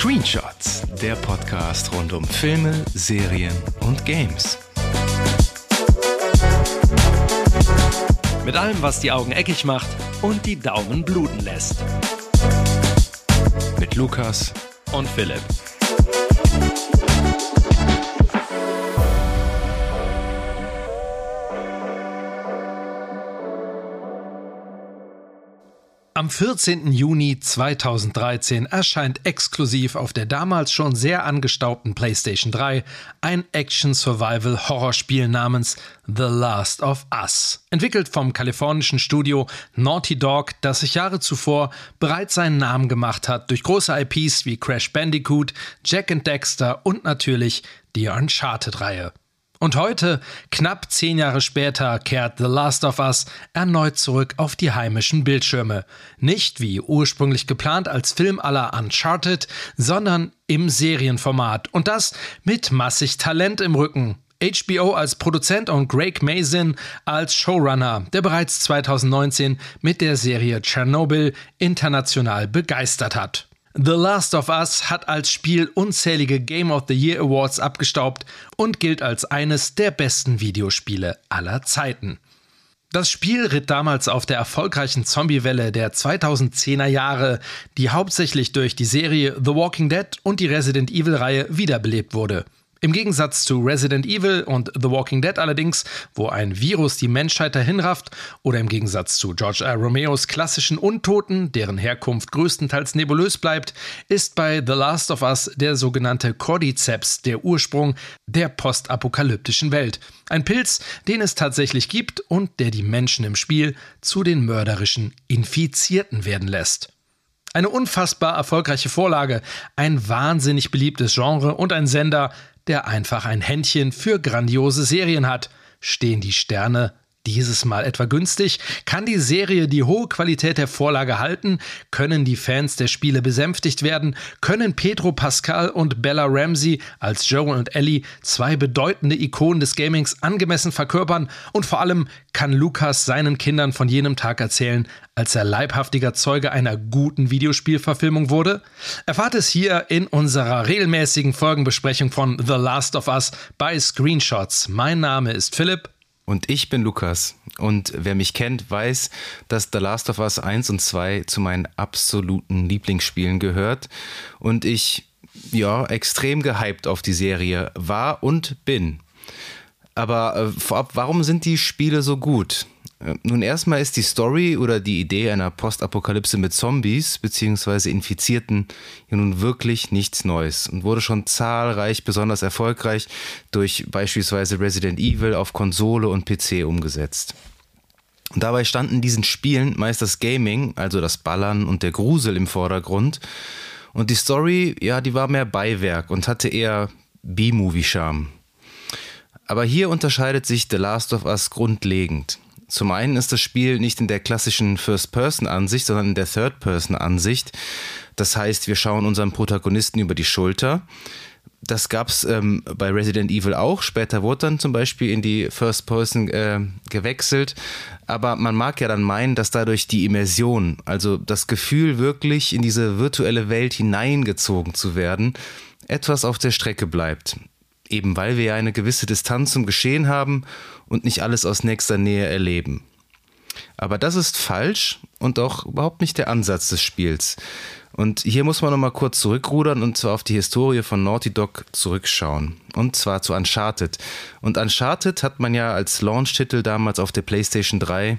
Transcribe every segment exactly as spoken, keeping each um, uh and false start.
Screenshots, der Podcast rund um Filme, Serien und Games. Mit allem, was die Augen eckig macht und die Daumen bluten lässt. Mit Lukas und Philipp. Am vierzehnten Juni zweitausenddreizehn erscheint exklusiv auf der damals schon sehr angestaubten PlayStation drei ein Action-Survival-Horrorspiel namens The Last of Us. Entwickelt vom kalifornischen Studio Naughty Dog, das sich Jahre zuvor bereits seinen Namen gemacht hat durch große I Ps wie Crash Bandicoot, Jak and Daxter und natürlich die Uncharted-Reihe. Und heute, knapp zehn Jahre später, kehrt The Last of Us erneut zurück auf die heimischen Bildschirme. Nicht wie ursprünglich geplant als Film à la Uncharted, sondern im Serienformat. Und das mit massig Talent im Rücken. H B O als Produzent und Greg Mazin als Showrunner, der bereits zweitausendneunzehn mit der Serie Chernobyl international begeistert hat. The Last of Us hat als Spiel unzählige Game of the Year Awards abgestaubt und gilt als eines der besten Videospiele aller Zeiten. Das Spiel ritt damals auf der erfolgreichen Zombie-Welle der zweitausendzehner Jahre, die hauptsächlich durch die Serie The Walking Dead und die Resident Evil-Reihe wiederbelebt wurde. Im Gegensatz zu Resident Evil und The Walking Dead allerdings, wo ein Virus die Menschheit dahinrafft, oder im Gegensatz zu George R. Romeros klassischen Untoten, deren Herkunft größtenteils nebulös bleibt, ist bei The Last of Us der sogenannte Cordyceps der Ursprung der postapokalyptischen Welt. Ein Pilz, den es tatsächlich gibt und der die Menschen im Spiel zu den mörderischen Infizierten werden lässt. Eine unfassbar erfolgreiche Vorlage, ein wahnsinnig beliebtes Genre und ein Sender, der einfach ein Händchen für grandiose Serien hat. Stehen die Sterne dieses Mal etwa günstig? Kann die Serie die hohe Qualität der Vorlage halten? Können die Fans der Spiele besänftigt werden? Können Pedro Pascal und Bella Ramsey als Joel und Ellie zwei bedeutende Ikonen des Gamings angemessen verkörpern? Und vor allem, kann Lukas seinen Kindern von jenem Tag erzählen, als er leibhaftiger Zeuge einer guten Videospielverfilmung wurde? Erfahrt es hier in unserer regelmäßigen Folgenbesprechung von The Last of Us bei Screenshots. Mein Name ist Philipp. Und ich bin Lukas. Und wer mich kennt, weiß, dass The Last of Us eins und zwei zu meinen absoluten Lieblingsspielen gehört. Und ich, ja, extrem gehypt auf die Serie war und bin. Aber äh, vorab, warum sind die Spiele so gut? Äh, nun erstmal ist die Story oder die Idee einer Postapokalypse mit Zombies bzw. Infizierten ja nun wirklich nichts Neues und wurde schon zahlreich besonders erfolgreich durch beispielsweise Resident Evil auf Konsole und P C umgesetzt. Und dabei standen in diesen Spielen meist das Gaming, also das Ballern und der Grusel im Vordergrund. Und die Story, ja, die war mehr Beiwerk und hatte eher B-Movie-Charme. Aber hier unterscheidet sich The Last of Us grundlegend. Zum einen ist das Spiel nicht in der klassischen First-Person-Ansicht, sondern in der Third-Person-Ansicht. Das heißt, wir schauen unserem Protagonisten über die Schulter. Das gab es ähm, bei Resident Evil auch. Später wurde dann zum Beispiel in die First-Person äh, gewechselt. Aber man mag ja dann meinen, dass dadurch die Immersion, also das Gefühl, wirklich in diese virtuelle Welt hineingezogen zu werden, etwas auf der Strecke bleibt. Eben weil wir ja eine gewisse Distanz zum Geschehen haben und nicht alles aus nächster Nähe erleben. Aber das ist falsch und auch überhaupt nicht der Ansatz des Spiels. Und hier muss man nochmal kurz zurückrudern und zwar auf die Historie von Naughty Dog zurückschauen. Und zwar zu Uncharted. Und Uncharted hat man ja als Launch-Titel damals auf der PlayStation drei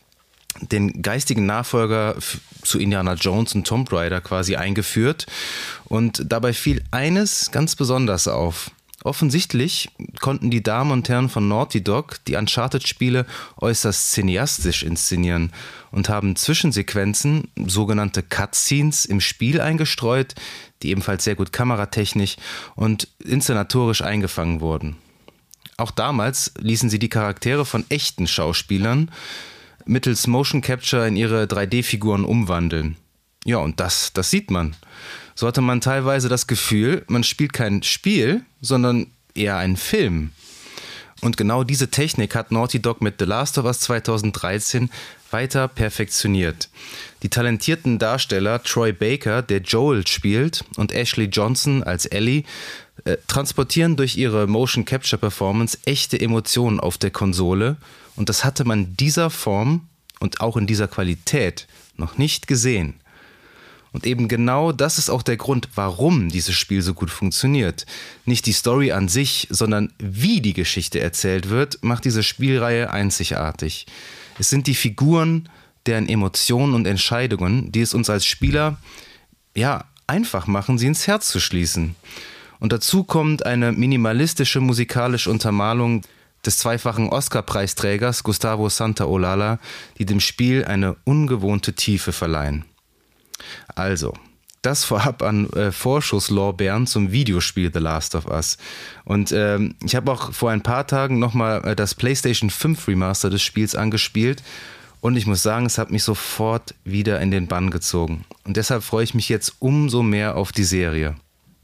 den geistigen Nachfolger zu Indiana Jones und Tomb Raider quasi eingeführt. Und dabei fiel eines ganz besonders auf. Offensichtlich konnten die Damen und Herren von Naughty Dog die Uncharted-Spiele äußerst cineastisch inszenieren und haben Zwischensequenzen, sogenannte Cutscenes, im Spiel eingestreut, die ebenfalls sehr gut kameratechnisch und inszenatorisch eingefangen wurden. Auch damals ließen sie die Charaktere von echten Schauspielern mittels Motion Capture in ihre drei D-Figuren umwandeln. Ja, und das, das sieht man. So hatte man teilweise das Gefühl, man spielt kein Spiel, sondern eher einen Film. Und genau diese Technik hat Naughty Dog mit The Last of Us zweitausenddreizehn weiter perfektioniert. Die talentierten Darsteller Troy Baker, der Joel spielt, und Ashley Johnson als Ellie, äh, transportieren durch ihre Motion Capture Performance echte Emotionen auf der Konsole. Und das hatte man in dieser Form und auch in dieser Qualität noch nicht gesehen. Und eben genau das ist auch der Grund, warum dieses Spiel so gut funktioniert. Nicht die Story an sich, sondern wie die Geschichte erzählt wird, macht diese Spielreihe einzigartig. Es sind die Figuren, deren Emotionen und Entscheidungen, die es uns als Spieler ja einfach machen, sie ins Herz zu schließen. Und dazu kommt eine minimalistische musikalische Untermalung des zweifachen Oscar-Preisträgers Gustavo Santaolalla, die dem Spiel eine ungewohnte Tiefe verleihen. Also, das vorab an äh, Vorschusslorbeeren zum Videospiel The Last of Us. Und ähm, ich habe auch vor ein paar Tagen nochmal äh, das PlayStation fünf Remaster des Spiels angespielt und ich muss sagen, es hat mich sofort wieder in den Bann gezogen. Und deshalb freue ich mich jetzt umso mehr auf die Serie.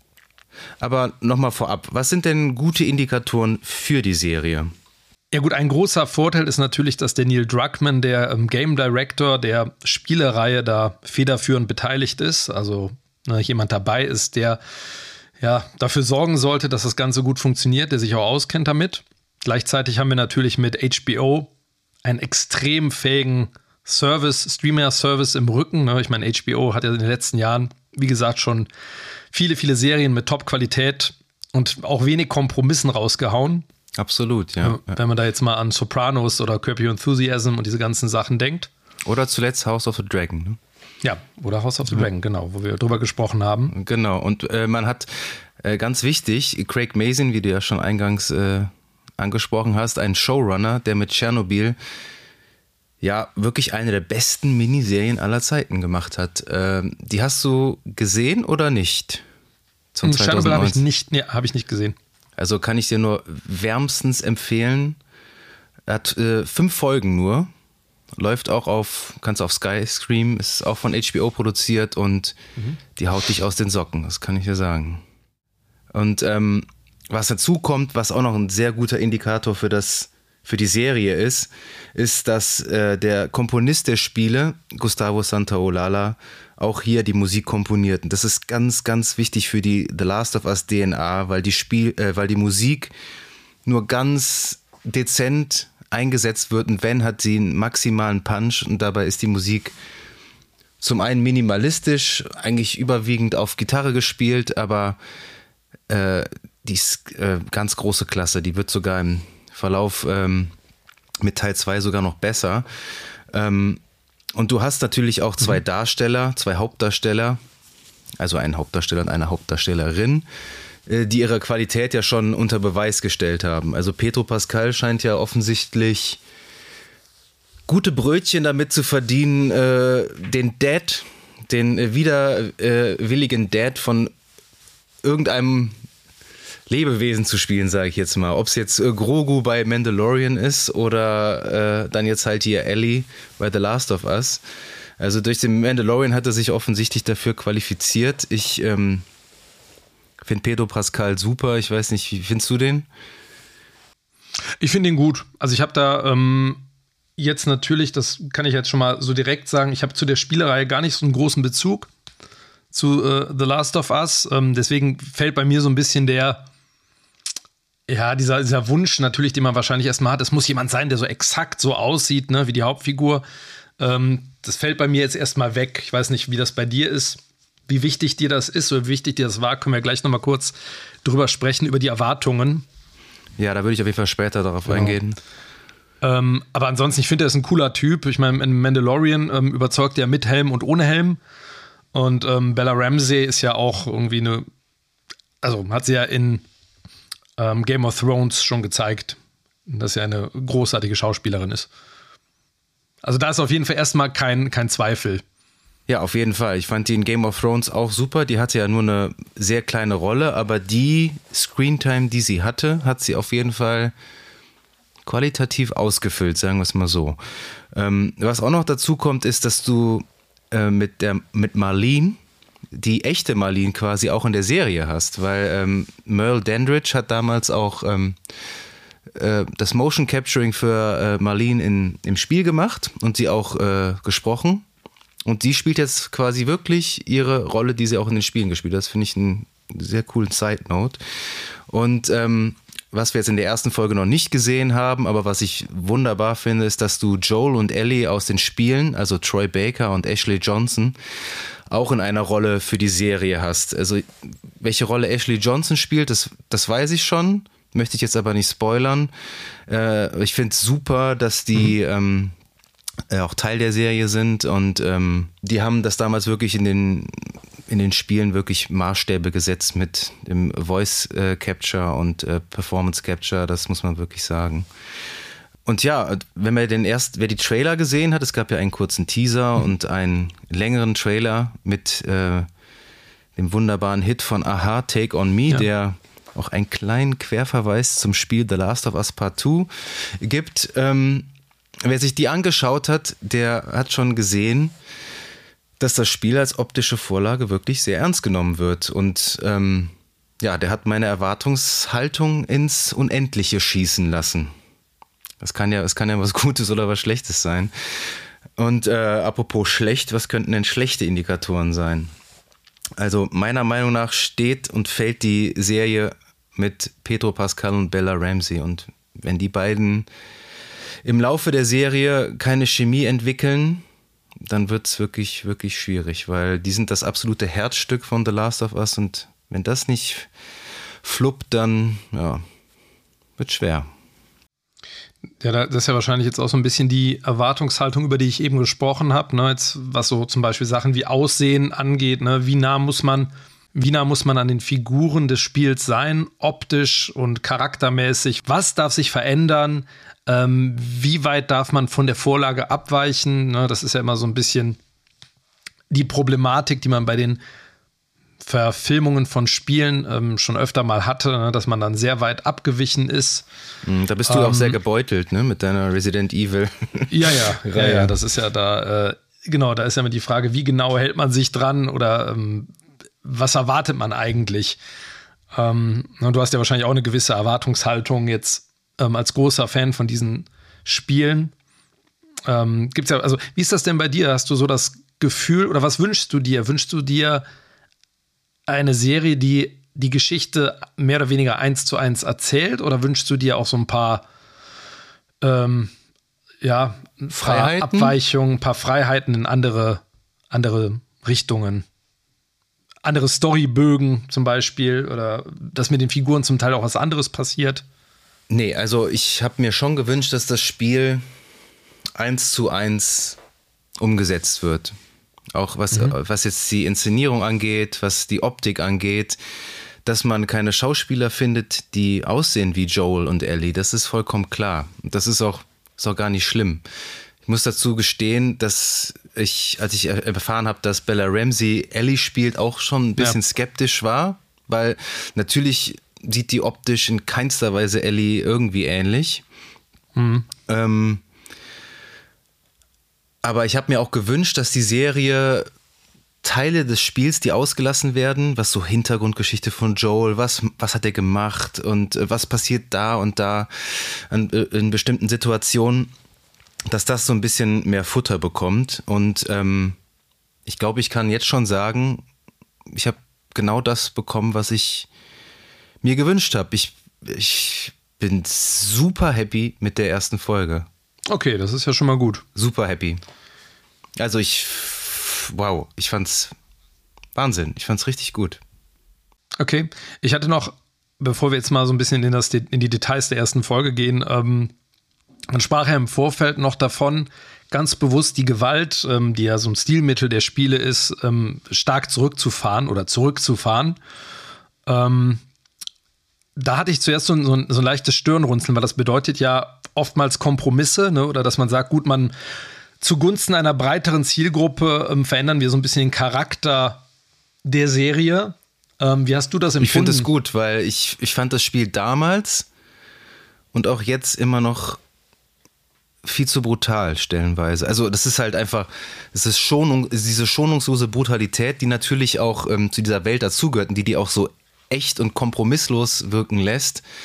Aber nochmal vorab, was sind denn gute Indikatoren für die Serie? Ja gut, ein großer Vorteil ist natürlich, dass der Neil Druckmann, der ähm, Game Director der Spielereihe, da federführend beteiligt ist. Also ne, jemand dabei ist, der ja dafür sorgen sollte, dass das Ganze gut funktioniert, der sich auch auskennt damit. Gleichzeitig haben wir natürlich mit H B O einen extrem fähigen Service, Streamer-Service im Rücken. Ne? Ich meine, H B O hat ja in den letzten Jahren, wie gesagt, schon viele, viele Serien mit Top-Qualität und auch wenig Kompromissen rausgehauen. Absolut, ja. Wenn man da jetzt mal an Sopranos oder Curb Your Enthusiasm und diese ganzen Sachen denkt. Oder zuletzt House of the Dragon. Ne? Ja, oder House of the Dragon, genau, wo wir drüber gesprochen haben. Genau, und äh, man hat, äh, ganz wichtig, Craig Mazin, wie du ja schon eingangs äh, angesprochen hast, einen Showrunner, der mit Tschernobyl ja wirklich eine der besten Miniserien aller Zeiten gemacht hat. Äh, die hast du gesehen oder nicht? Zum Tschernobyl habe ich nicht, nee, habe ich nicht gesehen. Also kann ich dir nur wärmstens empfehlen. Er hat äh, fünf Folgen nur. Läuft auch auf, kannst auf Sky streamen, ist auch von H B O produziert und mhm. die haut dich aus den Socken, das kann ich dir sagen. Und ähm, was dazu kommt, was auch noch ein sehr guter Indikator für das, für die Serie ist, ist, dass äh, der Komponist der Spiele, Gustavo Santaolalla, auch hier die Musik komponiert. Und das ist ganz, ganz wichtig für die The Last of Us D N A, weil die Spiel, äh, weil die Musik nur ganz dezent eingesetzt wird und wenn, hat sie einen maximalen Punch und dabei ist die Musik zum einen minimalistisch, eigentlich überwiegend auf Gitarre gespielt, aber äh, die ist äh, ganz große Klasse. Die wird sogar im Verlauf ähm, mit Teil zwei sogar noch besser. Ähm, Und du hast natürlich auch zwei Darsteller, zwei Hauptdarsteller, also einen Hauptdarsteller und eine Hauptdarstellerin, die ihre Qualität ja schon unter Beweis gestellt haben. Also Pedro Pascal scheint ja offensichtlich gute Brötchen damit zu verdienen, den Dad, den widerwilligen Dad von irgendeinem Lebewesen zu spielen, sage ich jetzt mal. Ob es jetzt äh, Grogu bei Mandalorian ist oder äh, dann jetzt halt hier Ellie bei The Last of Us. Also durch den Mandalorian hat er sich offensichtlich dafür qualifiziert. Ich ähm, finde Pedro Pascal super. Ich weiß nicht, wie findest du den? Ich finde ihn gut. Also ich habe da ähm, jetzt natürlich, das kann ich jetzt schon mal so direkt sagen, ich habe zu der Spielereihe gar nicht so einen großen Bezug zu äh, The Last of Us. Ähm, deswegen fällt bei mir so ein bisschen der Ja, dieser, dieser Wunsch natürlich, den man wahrscheinlich erstmal hat, es muss jemand sein, der so exakt so aussieht, ne, wie die Hauptfigur. Ähm, das fällt bei mir jetzt erstmal weg. Ich weiß nicht, wie das bei dir ist, wie wichtig dir das ist oder wie wichtig dir das war. Können wir gleich nochmal kurz drüber sprechen, über die Erwartungen. Ja, da würde ich auf jeden Fall später darauf genau. eingehen. Ähm, aber ansonsten, ich finde, er ist ein cooler Typ. Ich meine, in Mandalorian ähm, überzeugt er mit Helm und ohne Helm. Und ähm, Bella Ramsey ist ja auch irgendwie eine, also hat sie ja in ähm, Game of Thrones schon gezeigt, dass sie eine großartige Schauspielerin ist. Also da ist auf jeden Fall erstmal kein, kein Zweifel. Ja, auf jeden Fall. Ich fand die in Game of Thrones auch super. Die hatte ja nur eine sehr kleine Rolle, aber die Screentime, die sie hatte, hat sie auf jeden Fall qualitativ ausgefüllt, sagen wir es mal so. Ähm, was auch noch dazu kommt, ist, dass du äh, mit, der, mit Marlene, die echte Marlene quasi auch in der Serie hast, weil ähm, Merle Dandridge hat damals auch ähm, äh, das Motion Capturing für äh, Marlene in, im Spiel gemacht und sie auch äh, gesprochen. Und sie spielt jetzt quasi wirklich ihre Rolle, die sie auch in den Spielen gespielt hat. Das finde ich einen sehr coolen Side-Note. Und ähm, was wir jetzt in der ersten Folge noch nicht gesehen haben, aber was ich wunderbar finde, ist, dass du Joel und Ellie aus den Spielen, also Troy Baker und Ashley Johnson, auch in einer Rolle für die Serie hast. Also welche Rolle Ashley Johnson spielt, das, das weiß ich schon, möchte ich jetzt aber nicht spoilern. Äh, ich finde es super, dass die mhm. ähm, auch Teil der Serie sind und ähm, die haben das damals wirklich in den in den Spielen wirklich Maßstäbe gesetzt mit dem Voice äh, Capture und äh, Performance Capture, das muss man wirklich sagen. Und ja, wenn man den erst, wer die Trailer gesehen hat, es gab ja einen kurzen Teaser mhm. und einen längeren Trailer mit äh, dem wunderbaren Hit von Aha, Take On Me, ja. der auch einen kleinen Querverweis zum Spiel The Last of Us Part zwei gibt. Ähm, wer sich die angeschaut hat, der hat schon gesehen, dass das Spiel als optische Vorlage wirklich sehr ernst genommen wird. Und ähm, ja, der hat meine Erwartungshaltung ins Unendliche schießen lassen. Das kann ja, das kann ja was Gutes oder was Schlechtes sein. Und äh, apropos schlecht, was könnten denn schlechte Indikatoren sein? Also meiner Meinung nach steht und fällt die Serie mit Pedro Pascal und Bella Ramsey. Und wenn die beiden im Laufe der Serie keine Chemie entwickeln, dann wird es wirklich, wirklich schwierig, weil die sind das absolute Herzstück von The Last of Us und wenn das nicht fluppt, dann ja, wird schwer. Ja, das ist ja wahrscheinlich jetzt auch so ein bisschen die Erwartungshaltung, über die ich eben gesprochen habe, ne? Jetzt, was so zum Beispiel Sachen wie Aussehen angeht, ne? Wie nah muss man, wie nah muss man an den Figuren des Spiels sein, optisch und charaktermäßig? Was darf sich verändern? Ähm, wie weit darf man von der Vorlage abweichen? Ne, das ist ja immer so ein bisschen die Problematik, die man bei den Verfilmungen von Spielen ähm, schon öfter mal hatte, ne, dass man dann sehr weit abgewichen ist. Da bist du ähm, auch sehr gebeutelt, ne, mit deiner Resident Evil. Ja, ja, ja, ja, das ist ja da, äh, genau, da ist ja immer die Frage, wie genau hält man sich dran oder ähm, was erwartet man eigentlich? Ähm, du hast ja wahrscheinlich auch eine gewisse Erwartungshaltung jetzt als großer Fan von diesen Spielen. Ähm, gibt's ja, also, wie ist das denn bei dir? Hast du so das Gefühl, oder was wünschst du dir? Wünschst du dir eine Serie, die die Geschichte mehr oder weniger eins zu eins erzählt, oder wünschst du dir auch so ein paar ähm, ja, Freiheiten? Abweichungen, ein paar Freiheiten in andere, andere Richtungen? Andere Storybögen zum Beispiel, oder dass mit den Figuren zum Teil auch was anderes passiert? Nee, also ich habe mir schon gewünscht, dass das Spiel eins zu eins umgesetzt wird. Auch was, mhm. was jetzt die Inszenierung angeht, was die Optik angeht, dass man keine Schauspieler findet, die aussehen wie Joel und Ellie. Das ist vollkommen klar. Das ist auch, ist auch gar nicht schlimm. Ich muss dazu gestehen, dass ich, als ich erfahren habe, dass Bella Ramsey Ellie spielt, auch schon ein bisschen ja. skeptisch war, weil natürlich sieht die optisch in keinster Weise Ellie irgendwie ähnlich. Mhm. Ähm, aber ich habe mir auch gewünscht, dass die Serie Teile des Spiels, die ausgelassen werden, was so Hintergrundgeschichte von Joel, was, was hat er gemacht und was passiert da und da in, in bestimmten Situationen, dass das so ein bisschen mehr Futter bekommt. Und ähm, ich glaube, ich kann jetzt schon sagen, ich habe genau das bekommen, was ich mir gewünscht habe. Ich, ich bin super happy mit der ersten Folge. Okay, das ist ja schon mal gut. Super happy. Also ich, wow, ich fand's Wahnsinn. Ich fand's richtig gut. Okay, ich hatte noch, bevor wir jetzt mal so ein bisschen in, das, in die Details der ersten Folge gehen, ähm, man sprach ja im Vorfeld noch davon, ganz bewusst die Gewalt, ähm, die ja so ein Stilmittel der Spiele ist, ähm, stark zurückzufahren oder zurückzufahren. Ähm, Da hatte ich zuerst so ein, so, ein, so ein leichtes Stirnrunzeln, weil das bedeutet ja oftmals Kompromisse, ne? Oder dass man sagt, gut, man zugunsten einer breiteren Zielgruppe ähm, verändern wir so ein bisschen den Charakter der Serie. Ähm, wie hast du das empfunden? Ich finde es gut, weil ich, ich fand das Spiel damals und auch jetzt immer noch viel zu brutal stellenweise. Also das ist halt einfach, es ist Schonung, diese schonungslose Brutalität, die natürlich auch ähm, zu dieser Welt dazugehört und die die auch so echt und kompromisslos wirken lässt,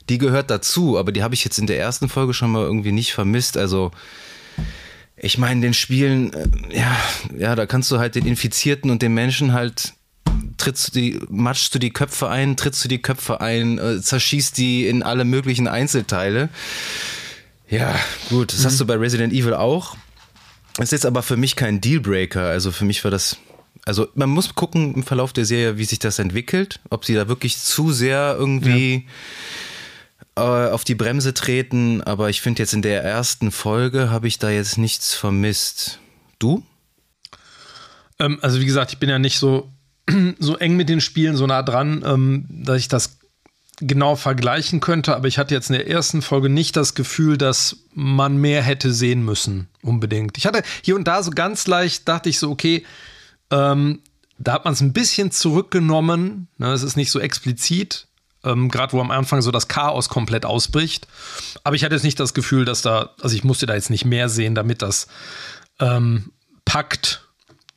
die gehört dazu, aber die habe ich jetzt in der ersten Folge schon mal irgendwie nicht vermisst. Also ich meine, in den Spielen, äh, ja, ja, da kannst du halt den Infizierten und den Menschen halt, trittst du die, matschst du die Köpfe ein, trittst du die Köpfe ein, äh, zerschießt die in alle möglichen Einzelteile. Ja, gut, das mhm. hast du bei Resident Evil auch. Das ist jetzt aber für mich kein Dealbreaker. Also für mich war das, also man muss gucken im Verlauf der Serie, wie sich das entwickelt, ob sie da wirklich zu sehr irgendwie ja. äh, auf die Bremse treten. Aber ich finde jetzt in der ersten Folge habe ich da jetzt nichts vermisst. Du? Ähm, also wie gesagt, ich bin ja nicht so, so eng mit den Spielen, so nah dran, ähm, dass ich das genau vergleichen könnte, aber ich hatte jetzt in der ersten Folge nicht das Gefühl, dass man mehr hätte sehen müssen, unbedingt. Ich hatte hier und da so ganz leicht, dachte ich so, okay, ähm, da hat man es ein bisschen zurückgenommen, ne, es ist nicht so explizit, ähm, gerade wo am Anfang so das Chaos komplett ausbricht, aber ich hatte jetzt nicht das Gefühl, dass da, also ich musste da jetzt nicht mehr sehen, damit das ähm, packt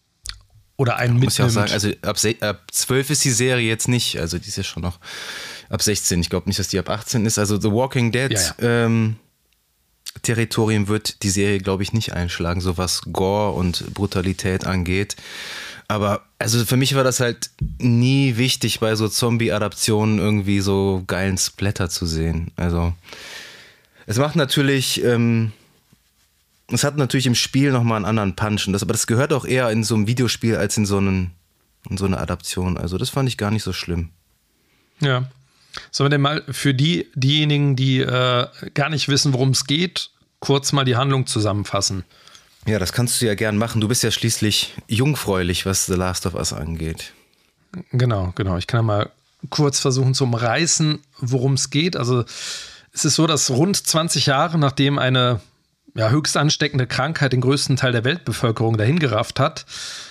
oder einen mitnimmt. Muss ich auch sagen, also ab, ab zwölf ist die Serie jetzt nicht, also die ist ja schon noch ab sechzehn. Ich glaube nicht, dass die ab achtzehn ist. Also The Walking Dead ja, ja. Ähm, Territorium wird die Serie, glaube ich, nicht einschlagen, so was Gore und Brutalität angeht. Aber also für mich war das halt nie wichtig, bei so Zombie-Adaptionen irgendwie so geilen Splatter zu sehen. Also es macht natürlich, ähm, es hat natürlich im Spiel nochmal einen anderen Punch. Und das, aber das gehört auch eher in so einem Videospiel als in so, einen, in so eine Adaption. Also das fand ich gar nicht so schlimm. Ja. Sollen wir denn mal für die, diejenigen, die äh, gar nicht wissen, worum es geht, kurz mal die Handlung zusammenfassen? Ja, das kannst du ja gern machen. Du bist ja schließlich jungfräulich, was The Last of Us angeht. Genau, genau. Ich kann ja mal kurz versuchen zu umreißen, worum es geht. Also es ist so, dass rund zwanzig Jahre, nachdem eine ja, höchst ansteckende Krankheit den größten Teil der Weltbevölkerung dahingerafft hat,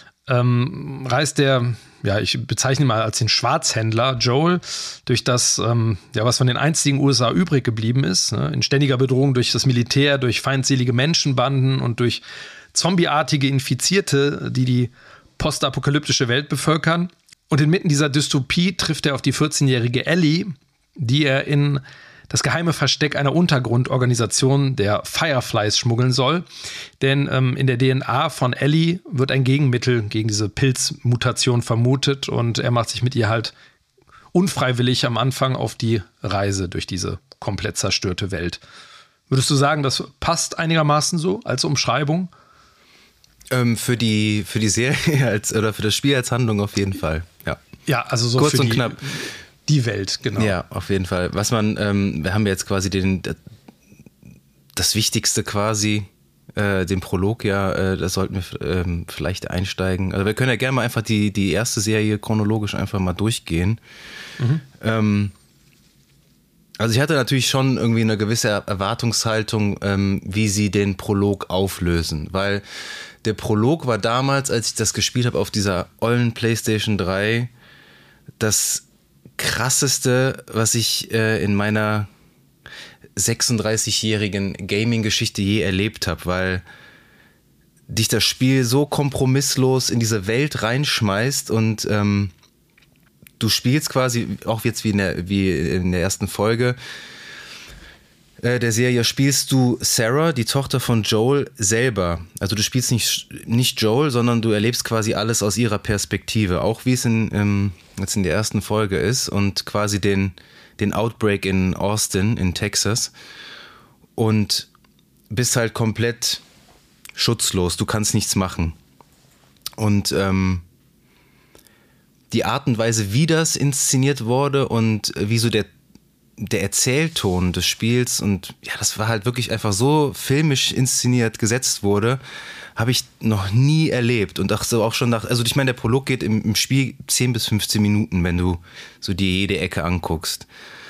ähm, reist der, ja, ich bezeichne ihn mal als den Schwarzhändler Joel durch das, ähm, ja, was von den einzigen U S A übrig geblieben ist, ne, in ständiger Bedrohung durch das Militär, durch feindselige Menschenbanden und durch zombieartige Infizierte, die die postapokalyptische Welt bevölkern. Und inmitten dieser Dystopie trifft er auf die vierzehnjährige Ellie, die er in das geheime Versteck einer Untergrundorganisation der Fireflies schmuggeln soll. Denn ähm, in der D N A von Ellie wird ein Gegenmittel gegen diese Pilzmutation vermutet und er macht sich mit ihr halt unfreiwillig am Anfang auf die Reise durch diese komplett zerstörte Welt. Würdest du sagen, das passt einigermaßen so als Umschreibung? Ähm, für die, für die Serie als, oder für das Spiel als Handlung auf jeden Fall, ja. Ja, also so kurz für und die, knapp. Die Welt, genau. Ja, auf jeden Fall. Was man, ähm, wir haben jetzt quasi den, das Wichtigste quasi, äh, den Prolog, ja, äh, da sollten wir ähm, vielleicht einsteigen. Also wir können ja gerne mal einfach die, die erste Serie chronologisch einfach mal durchgehen. Mhm. Ähm, also ich hatte natürlich schon irgendwie eine gewisse Erwartungshaltung, ähm, wie sie den Prolog auflösen, weil der Prolog war damals, als ich das gespielt habe auf dieser ollen PlayStation drei, das krasseste, was ich äh, in meiner sechsunddreißigjährigen Gaming-Geschichte je erlebt habe, weil dich das Spiel so kompromisslos in diese Welt reinschmeißt und ähm, du spielst quasi, auch jetzt wie in der, wie in der ersten Folge äh, der Serie, spielst du Sarah, die Tochter von Joel, selber. Also du spielst nicht, nicht Joel, sondern du erlebst quasi alles aus ihrer Perspektive, auch wie es in, ähm, jetzt in der ersten Folge ist und quasi den, den Outbreak in Austin in Texas und bist halt komplett schutzlos, du kannst nichts machen. Und ähm, die Art und Weise, wie das inszeniert wurde und wie so der der Erzählton des Spiels und ja, das war halt wirklich einfach so filmisch inszeniert gesetzt wurde, habe ich noch nie erlebt und auch so auch schon nach, also ich meine, der Prolog geht im, im Spiel zehn bis fünfzehn Minuten, wenn du so dir jede Ecke anguckst.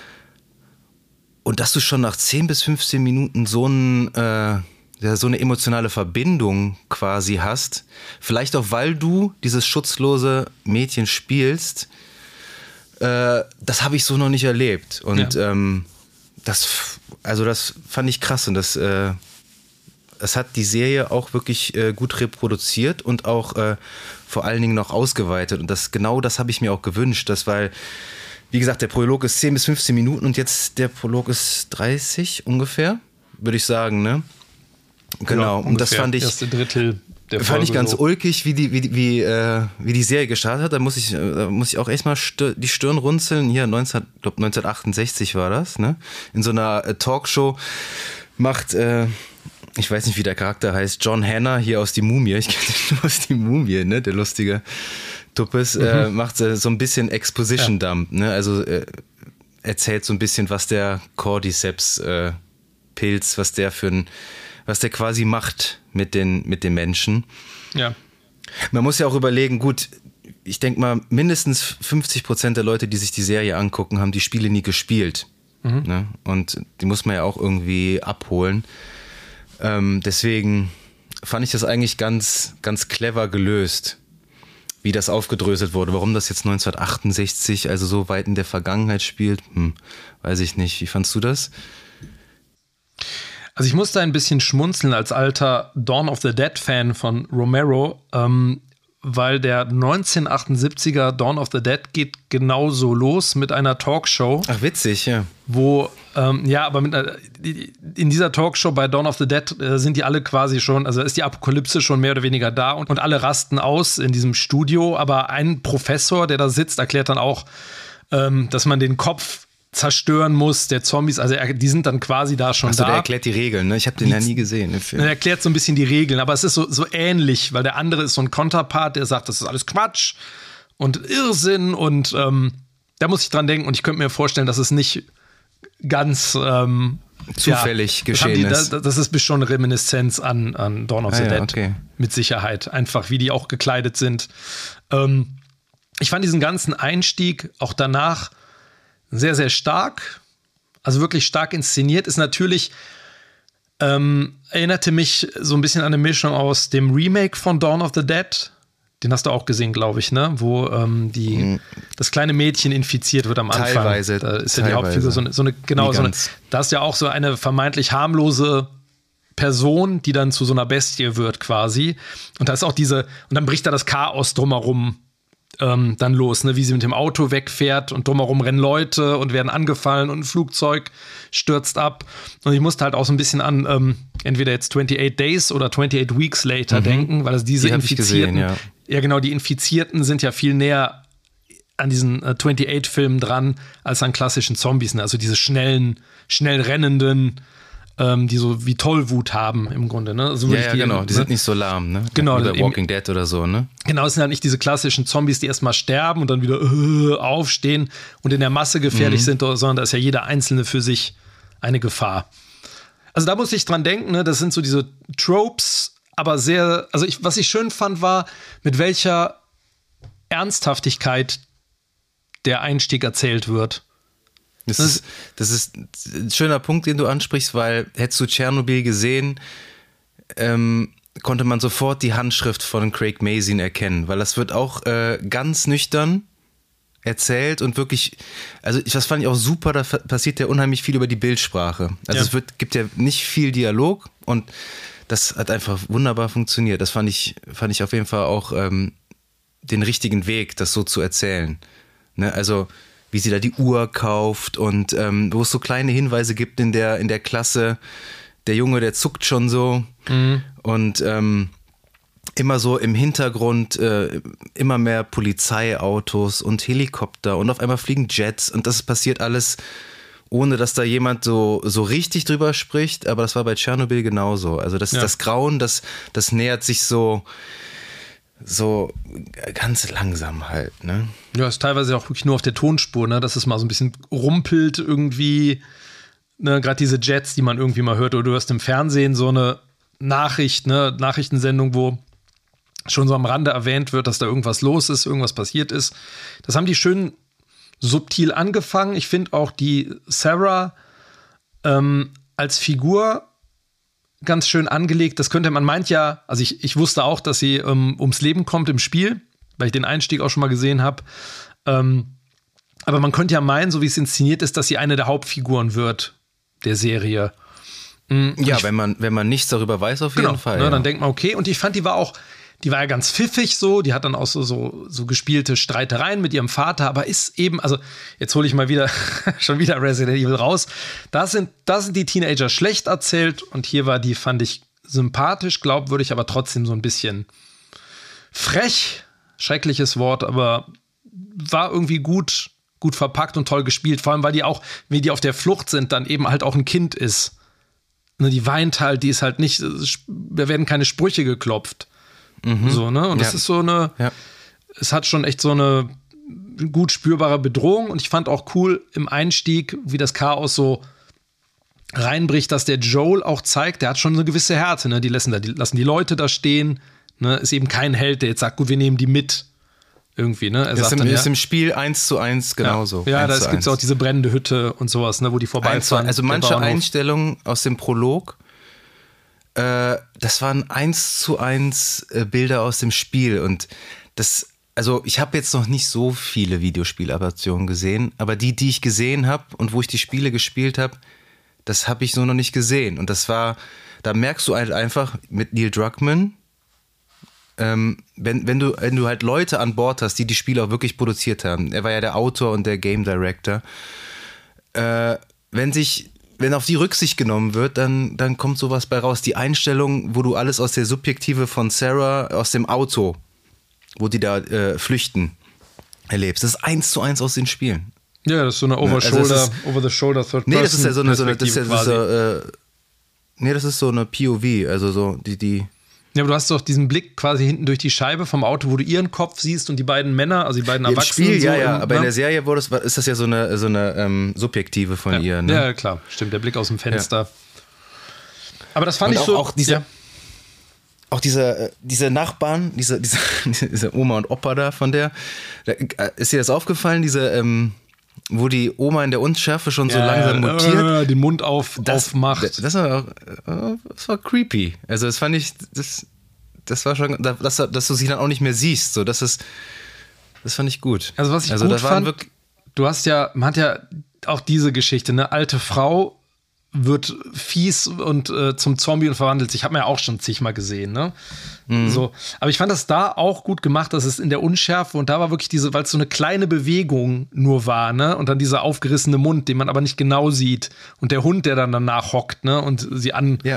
Und dass du schon nach zehn bis fünfzehn Minuten so, ein, äh, ja, so eine emotionale Verbindung quasi hast, vielleicht auch, weil du dieses schutzlose Mädchen spielst, äh, das habe ich so noch nicht erlebt. Und ja. ähm, das, also das fand ich krass und das, äh, das hat die Serie auch wirklich äh, gut reproduziert und auch äh, vor allen Dingen noch ausgeweitet. Und das genau das habe ich mir auch gewünscht, dass, weil wie gesagt, der Prolog ist zehn bis fünfzehn Minuten und jetzt der Prolog ist dreißig ungefähr, würde ich sagen, ne? Genau, ja, und das fand ich, erste Drittel der fand ich ganz so. ulkig, wie die, wie, wie, äh, wie die Serie gestartet hat. Da muss ich, da muss ich auch echt mal stö- die Stirn runzeln. Hier, neunzehn, glaub neunzehnhundertachtundsechzig war das, ne? In so einer äh, Talkshow macht, äh, ich weiß nicht, wie der Charakter heißt, John Hannah hier aus Die Mumie. Ich kenne den nur aus Die Mumie, ne? Der lustige Tuppes, mhm. äh, macht äh, so ein bisschen Exposition-Dump, ja. ne? Also äh, erzählt so ein bisschen, was der Cordyceps äh, Pilz, was der für ein, was der quasi macht mit den, mit den Menschen. Ja. Man muss ja auch überlegen, gut, ich denke mal, mindestens fünfzig Prozent der Leute, die sich die Serie angucken, haben die Spiele nie gespielt. Mhm. Ne? Und die muss man ja auch irgendwie abholen. Ähm, deswegen fand ich das eigentlich ganz, ganz clever gelöst, wie das aufgedröselt wurde. Warum das jetzt neunzehnhundertachtundsechzig, also so weit in der Vergangenheit spielt, hm, weiß ich nicht. Wie fandst du das? Also ich musste ein bisschen schmunzeln als alter Dawn of the Dead-Fan von Romero, ähm, weil der neunzehnhundertachtundsiebziger Dawn of the Dead geht genauso los mit einer Talkshow. Ach, witzig, ja. Wo, ähm, ja, aber mit, äh, in dieser Talkshow bei Dawn of the Dead äh, sind die alle quasi schon, also ist die Apokalypse schon mehr oder weniger da und, und alle rasten aus in diesem Studio, aber ein Professor, der da sitzt, erklärt dann auch, ähm, dass man den Kopf zerstören muss, der Zombies, also er, die sind dann quasi da schon Ach so, da. Der erklärt die Regeln, ne? Ich habe den die, ja nie gesehen, den Film. Er erklärt so ein bisschen die Regeln, aber es ist so, so ähnlich, weil der andere ist so ein Konterpart, der sagt, das ist alles Quatsch und Irrsinn und ähm, da muss ich dran denken und ich könnte mir vorstellen, dass es nicht ganz ähm, zufällig ja, geschehen die, ist. Das, das ist schon Reminiszenz an, an Dawn of the ah, ja, Dead, okay. Mit Sicherheit, einfach wie die auch gekleidet sind. Ähm, ich fand diesen ganzen Einstieg auch danach sehr, sehr stark, also wirklich stark inszeniert, ist natürlich, ähm, erinnerte mich so ein bisschen an eine Mischung aus dem Remake von Dawn of the Dead, den hast du auch gesehen, glaube ich, ne? Wo ähm, die, mhm. das kleine Mädchen infiziert wird am Anfang. Teilweise. Da ist teilweise. ja die Hauptfigur so eine, so eine genau, so eine, da ist ja auch so eine vermeintlich harmlose Person, die dann zu so einer Bestie wird quasi. Und da ist auch diese, und dann bricht da das Chaos drumherum Ähm, dann los, ne, wie sie mit dem Auto wegfährt und drumherum rennen Leute und werden angefallen und ein Flugzeug stürzt ab. Und ich musste halt auch so ein bisschen an ähm, entweder jetzt twenty-eight Days oder twenty-eight Weeks Later mhm. denken, weil es diese die Infizierten, gesehen, ja. ja genau, die Infizierten sind ja viel näher an diesen äh, twenty-eight Filmen dran als an klassischen Zombies, ne? Also diese schnellen, schnell rennenden, Ähm, die so wie Tollwut haben im Grunde, ne? Also ja, ja die, genau, die ne? sind nicht so lahm, ne? Genau. Wie bei eben, Walking Dead oder so, ne? Genau, es sind halt nicht diese klassischen Zombies, die erstmal sterben und dann wieder äh, aufstehen und in der Masse gefährlich mhm. sind, sondern da ist ja jeder Einzelne für sich eine Gefahr. Also da muss ich dran denken, ne? Das sind so diese Tropes, aber sehr, also ich, was ich schön fand, war, mit welcher Ernsthaftigkeit der Einstieg erzählt wird. Das ist, das ist ein schöner Punkt, den du ansprichst, weil hättest du Tschernobyl gesehen, ähm, konnte man sofort die Handschrift von Craig Mazin erkennen, weil das wird auch äh, ganz nüchtern erzählt und wirklich, also ich, das fand ich auch super, da passiert ja unheimlich viel über die Bildsprache. Also ja. es wird, gibt ja nicht viel Dialog und das hat einfach wunderbar funktioniert. Das fand ich, fand ich auf jeden Fall auch ähm, den richtigen Weg, das so zu erzählen. Ne? Also wie sie da die Uhr kauft und ähm, wo es so kleine Hinweise gibt in der, in der Klasse. Der Junge, der zuckt schon so mhm. und ähm, immer so im Hintergrund äh, immer mehr Polizeiautos und Helikopter und auf einmal fliegen Jets und das passiert alles, ohne dass da jemand so, so richtig drüber spricht, aber das war bei Tschernobyl genauso. Also das, ja. das Grauen, das, das nähert sich so so ganz langsam halt, ne? Ja, ist teilweise auch wirklich nur auf der Tonspur, ne? Dass es mal so ein bisschen rumpelt irgendwie, ne? Gerade diese Jets, die man irgendwie mal hört, oder du hörst im Fernsehen so eine Nachricht, ne? Nachrichtensendung, wo schon so am Rande erwähnt wird, dass da irgendwas los ist, irgendwas passiert ist. Das haben die schön subtil angefangen. Ich finde auch die Sarah ähm, als Figur ganz schön angelegt. Das könnte, man meint ja, also ich, ich wusste auch, dass sie ähm, ums Leben kommt im Spiel, weil ich den Einstieg auch schon mal gesehen habe. Ähm, aber man könnte ja meinen, so wie es inszeniert ist, dass sie eine der Hauptfiguren wird der Serie. Mhm. Ja, ich, wenn man, wenn man nichts darüber weiß, auf jeden genau, Fall. Ne, ja. Dann denkt man, okay. Und ich fand, die war auch die war ja ganz pfiffig so, die hat dann auch so, so, so gespielte Streitereien mit ihrem Vater, aber ist eben, also jetzt hole ich mal wieder, schon wieder Resident Evil raus, da sind, da sind die Teenager schlecht erzählt und hier war die, fand ich sympathisch, glaubwürdig, aber trotzdem so ein bisschen frech, schreckliches Wort, aber war irgendwie gut, gut verpackt und toll gespielt, vor allem, weil die auch, wie die auf der Flucht sind, dann eben halt auch ein Kind ist. Ne, die weint halt, die ist halt nicht, da werden keine Sprüche geklopft. Mhm. So, ne? Und ja. das ist so eine, ja. es hat schon echt so eine gut spürbare Bedrohung und ich fand auch cool im Einstieg, wie das Chaos so reinbricht, dass der Joel auch zeigt, der hat schon eine gewisse Härte, ne? Die lassen da, die lassen die Leute da stehen, ne? Ist eben kein Held, der jetzt sagt, gut, wir nehmen die mit. Irgendwie, ne? Er ist, sagt im, dann, ist ja, im Spiel eins zu eins genauso. Ja, ja da gibt es auch diese brennende Hütte und sowas, ne, wo die vorbeifahren. Also manche Einstellungen aus dem Prolog, äh, das waren eins zu eins äh, Bilder aus dem Spiel. Und das, also ich habe jetzt noch nicht so viele Videospieladaptionen gesehen, aber die, die ich gesehen habe und wo ich die Spiele gespielt habe, das habe ich so noch nicht gesehen. Und das war, da merkst du halt einfach mit Neil Druckmann, Ähm, wenn, wenn, du, wenn du halt Leute an Bord hast, die die Spiele auch wirklich produziert haben, er war ja der Autor und der Game Director, äh, wenn sich, wenn auf die Rücksicht genommen wird, dann, dann kommt sowas bei raus. Die Einstellung, wo du alles aus der Subjektive von Sarah, aus dem Auto, wo die da äh, flüchten, erlebst. Das ist eins zu eins aus den Spielen. Ja, das ist so eine Over-Shoulder, also Over-the-Shoulder Third-Person. Nee, das ist ja so eine, so eine das ist ja so, äh, nee, das ist so eine P O V, also so die, die Ja, aber du hast doch diesen Blick quasi hinten durch die Scheibe vom Auto, wo du ihren Kopf siehst und die beiden Männer, also die beiden Erwachsenen. Im Spiel, so ja, ja, im, aber ne? in der Serie wurde das, ist das ja so eine, so eine ähm, Subjektive von ja. ihr. Ne? Ja, klar, stimmt, der Blick aus dem Fenster. Ja. Aber das fand und ich auch, so. Auch diese, ja. auch diese, diese Nachbarn, diese, diese, diese Oma und Opa da von der, da, ist dir das aufgefallen, diese, ähm, wo die Oma in der Unschärfe schon so ja, langsam mutiert? Äh, den Mund auf, das, aufmacht. Das, das, war, das war creepy. Also das fand ich, das... Das war schon, dass, dass du sie dann auch nicht mehr siehst. So, das ist, das fand ich gut. Also was ich also, gut das fand, wirklich du hast ja, man hat ja auch diese Geschichte, eine alte Frau wird fies und äh, zum Zombie und verwandelt sich. Hat man ja auch schon zigmal gesehen, ne? Mhm. So. Aber ich fand das da auch gut gemacht, dass es in der Unschärfe und da war wirklich diese, weil es so eine kleine Bewegung nur war, ne? Und dann dieser aufgerissene Mund, den man aber nicht genau sieht. Und der Hund, der dann danach hockt, ne? Und sie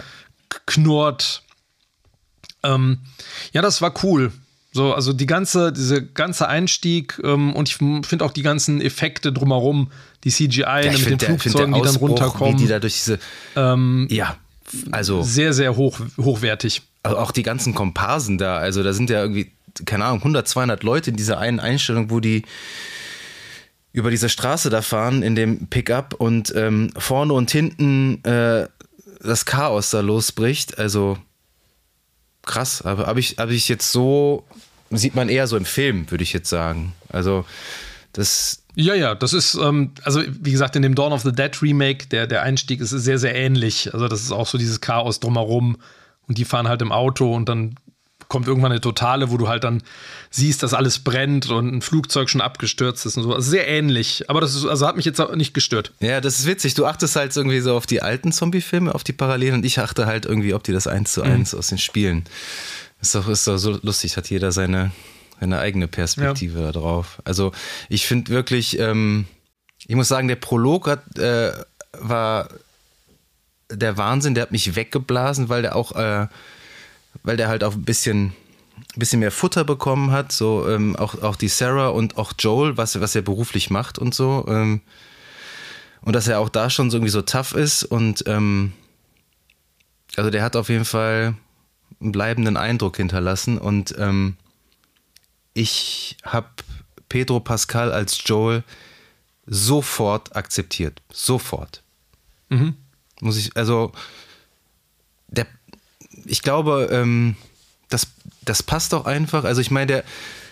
anknurrt. Ja. Ähm, ja, das war cool. So, also die ganze, diese ganze Einstieg ähm, und ich finde auch die ganzen Effekte drumherum, die C G I ja, mit find, den Flugzeugen, die dann runterkommen. Wie die da durch diese, ähm, ja, also sehr, sehr hoch, hochwertig. Also auch die ganzen Komparsen da, also da sind ja irgendwie, keine Ahnung, hundert, zweihundert Leute in dieser einen Einstellung, wo die über diese Straße da fahren in dem Pickup und ähm, vorne und hinten äh, das Chaos da losbricht, also krass, aber habe ich, hab ich jetzt so, sieht man eher so im Film, würde ich jetzt sagen. Also das... Ja, ja, das ist, ähm, also wie gesagt, in dem Dawn of the Dead Remake, der, der Einstieg ist sehr, sehr ähnlich. Also das ist auch so dieses Chaos drumherum und die fahren halt im Auto und dann kommt irgendwann eine Totale, wo du halt dann siehst, dass alles brennt und ein Flugzeug schon abgestürzt ist und so. Also sehr ähnlich, aber das ist, also hat mich jetzt nicht gestört. Ja, das ist witzig. Du achtest halt irgendwie so auf die alten Zombie-Filme, auf die Parallelen und ich achte halt irgendwie, ob die das eins zu eins mhm. aus den Spielen. Ist doch, ist doch so lustig, hat jeder seine, seine eigene Perspektive ja. da drauf. Also ich finde wirklich, ähm, ich muss sagen, der Prolog hat, äh, war der Wahnsinn, der hat mich weggeblasen, weil der auch äh, weil der halt auch ein bisschen, bisschen mehr Futter bekommen hat, so ähm, auch, auch die Sarah und auch Joel, was, was er beruflich macht und so. Ähm, und dass er auch da schon so irgendwie so tough ist und ähm, also der hat auf jeden Fall einen bleibenden Eindruck hinterlassen und ähm, ich habe Pedro Pascal als Joel sofort akzeptiert. Sofort. Mhm. Muss ich, also der ich glaube, ähm, das, das passt doch einfach. Also ich meine, der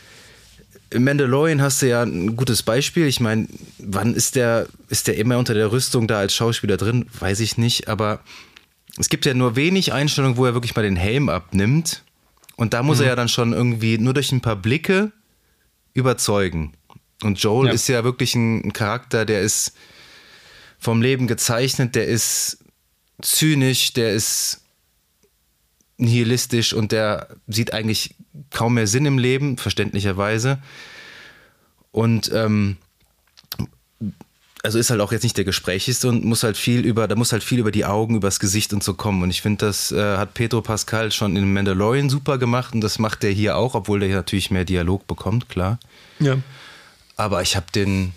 im Mandalorian hast du ja ein gutes Beispiel. Ich meine, wann ist der, ist der immer unter der Rüstung da als Schauspieler drin? Weiß ich nicht. Aber es gibt ja nur wenig Einstellungen, wo er wirklich mal den Helm abnimmt. Und da muss mhm. er ja dann schon irgendwie nur durch ein paar Blicke überzeugen. Und Joel ja. ist ja wirklich ein, ein Charakter, der ist vom Leben gezeichnet, der ist zynisch, der ist nihilistisch und der sieht eigentlich kaum mehr Sinn im Leben, verständlicherweise. Und ähm, also ist halt auch jetzt nicht der Gesprächigste und muss halt viel über, da muss halt viel über die Augen, übers Gesicht und so kommen. Und ich finde, das äh, hat Pedro Pascal schon in Mandalorian super gemacht und das macht der hier auch, obwohl der hier natürlich mehr Dialog bekommt, klar. Ja. Aber ich habe den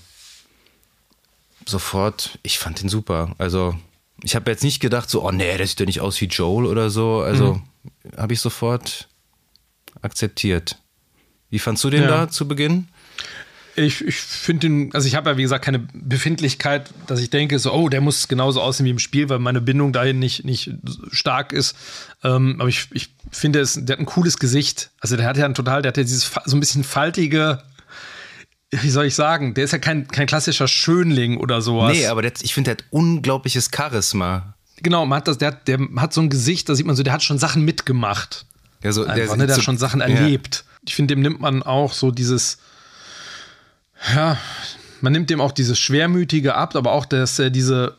sofort, ich fand den super. Also ich habe jetzt nicht gedacht so, oh nee, der sieht ja nicht aus wie Joel oder so. Also mhm. habe ich sofort akzeptiert. Wie fandst du den ja. da zu Beginn? Ich, ich finde den, also ich habe ja wie gesagt keine Befindlichkeit, dass ich denke, so, oh, der muss genauso aussehen wie im Spiel, weil meine Bindung dahin nicht, nicht stark ist. Ähm, aber ich, ich finde, es, der hat ein cooles Gesicht. Also der hat ja ein total, der hat ja dieses so ein bisschen faltige, wie soll ich sagen, der ist ja kein, kein klassischer Schönling oder sowas. Nee, aber der, ich finde, der hat unglaubliches Charisma. Genau, man hat das, der, der hat so ein Gesicht, da sieht man so, der hat schon Sachen mitgemacht. Ja, so, Einfach, der, ne? der so, hat schon Sachen erlebt. Ja. Ich finde, dem nimmt man auch so dieses, ja, man nimmt dem auch dieses Schwermütige ab, aber auch, dass er diese,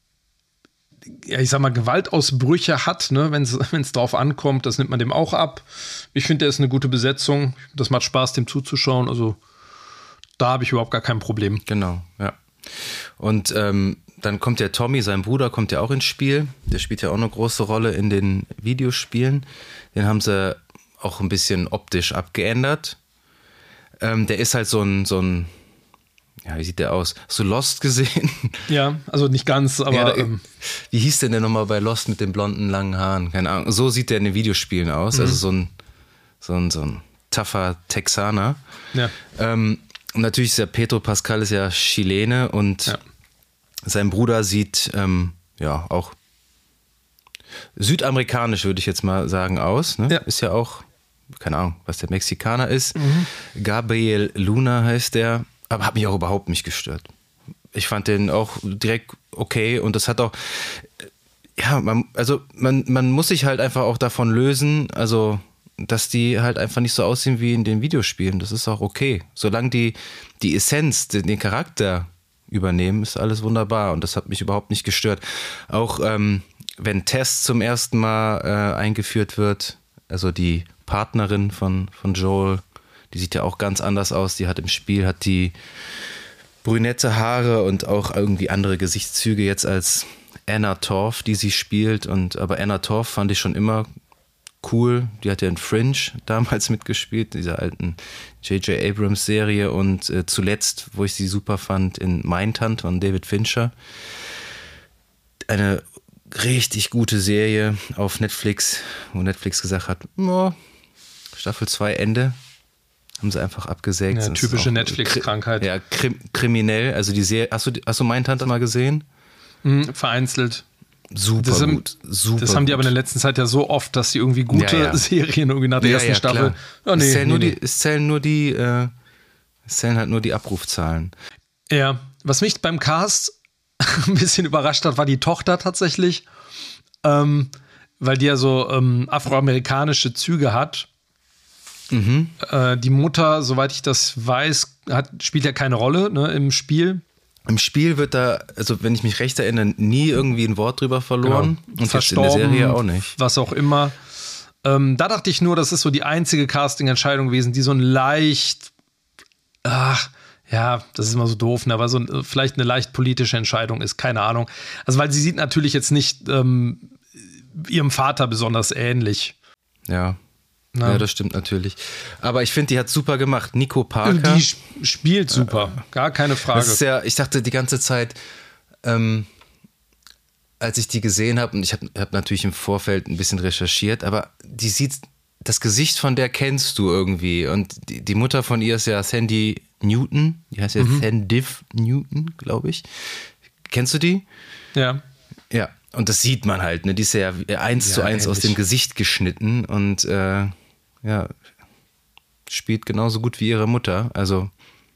ja, ich sag mal, Gewaltausbrüche hat, ne, wenn es drauf ankommt, das nimmt man dem auch ab. Ich finde, der ist eine gute Besetzung. Das macht Spaß, dem zuzuschauen. Also da habe ich überhaupt gar kein Problem. Genau, ja. Und ähm, dann kommt der Tommy, sein Bruder, kommt ja auch ins Spiel. Der spielt ja auch eine große Rolle in den Videospielen. Den haben sie auch ein bisschen optisch abgeändert. Ähm, der ist halt so ein, so ein, ja, wie sieht der aus? Hast du Lost gesehen? Ja, also nicht ganz, aber. Ja, da, ähm, wie hieß der denn nochmal bei Lost mit den blonden, langen Haaren? Keine Ahnung. So sieht der in den Videospielen aus. Mhm. Also so ein, so ein, so ein tougher Texaner. Ja. Ähm, und natürlich ist der Pedro Pascal ist ja Chilene und ja. sein Bruder sieht, ähm, ja, auch südamerikanisch, würde ich jetzt mal sagen, aus. Ne? Ja. Ist ja auch, keine Ahnung, was der Mexikaner ist. Mhm. Gabriel Luna heißt der, aber hat mich auch überhaupt nicht gestört. Ich fand den auch direkt okay und das hat auch, ja, man, also man, man muss sich halt einfach auch davon lösen, also dass die halt einfach nicht so aussehen wie in den Videospielen. Das ist auch okay. Solange die die Essenz, den, den Charakter übernehmen, ist alles wunderbar und das hat mich überhaupt nicht gestört. Auch ähm, wenn Tess zum ersten Mal äh, eingeführt wird, also die Partnerin von, von Joel, die sieht ja auch ganz anders aus. Die hat im Spiel, hat die brünette Haare und auch irgendwie andere Gesichtszüge jetzt als Anna Torv, die sie spielt. Und, aber Anna Torv fand ich schon immer cool. Die hat ja in Fringe damals mitgespielt, dieser alten J J Abrams Serie. Und äh, zuletzt, wo ich sie super fand, in Mindhunt von David Fincher. Eine richtig gute Serie auf Netflix, wo Netflix gesagt hat, oh, Staffel zwei Ende. Haben sie einfach abgesägt. Ja, typische Netflix-Krankheit. Ja, krim, kriminell. Also die Serie, hast du, hast du Mindhunter mal gesehen? Mhm, vereinzelt. Super das sind, gut. Super das haben die gut. aber in der letzten Zeit ja so oft, dass sie irgendwie gute ja, ja. Serien irgendwie nach der ja, ersten ja, Staffel. Oh, nee, es, zählen nee, nur nee. Die, es zählen nur die, äh, es zählen halt nur die Abrufzahlen. Ja, was mich beim Cast ein bisschen überrascht hat, war die Tochter tatsächlich. Ähm, weil die ja so ähm, afroamerikanische Züge hat. Mhm. Äh, die Mutter, soweit ich das weiß, hat, spielt ja keine Rolle, ne, im Spiel. Im Spiel wird da, also wenn ich mich recht erinnere, nie irgendwie ein Wort drüber verloren. Genau. Und jetzt in der Serie auch nicht. Was auch immer. Ähm, da dachte ich nur, das ist so die einzige Casting-Entscheidung gewesen, die so ein leicht, ach, ja, das ist immer so doof, ne, aber so ein, vielleicht eine leicht politische Entscheidung ist, keine Ahnung. Also weil sie sieht natürlich jetzt nicht ähm, ihrem Vater besonders ähnlich. Ja. Na. Ja, das stimmt natürlich. Aber ich finde, die hat super gemacht. Nico Parker. Die spielt super, äh, gar keine Frage. Das ist ja, ich dachte die ganze Zeit, ähm, als ich die gesehen habe, und ich habe hab natürlich im Vorfeld ein bisschen recherchiert, aber die sieht, das Gesicht von der kennst du irgendwie. Und die, die Mutter von ihr ist ja Sandy Newton. Die heißt ja mhm. Sandiv Newton, glaube ich. Kennst du die? Ja. Ja. Und das sieht man halt, ne? Die ist ja eins ja, zu eins ähnlich. Aus dem Gesicht geschnitten und äh, ja, spielt genauso gut wie ihre Mutter. Also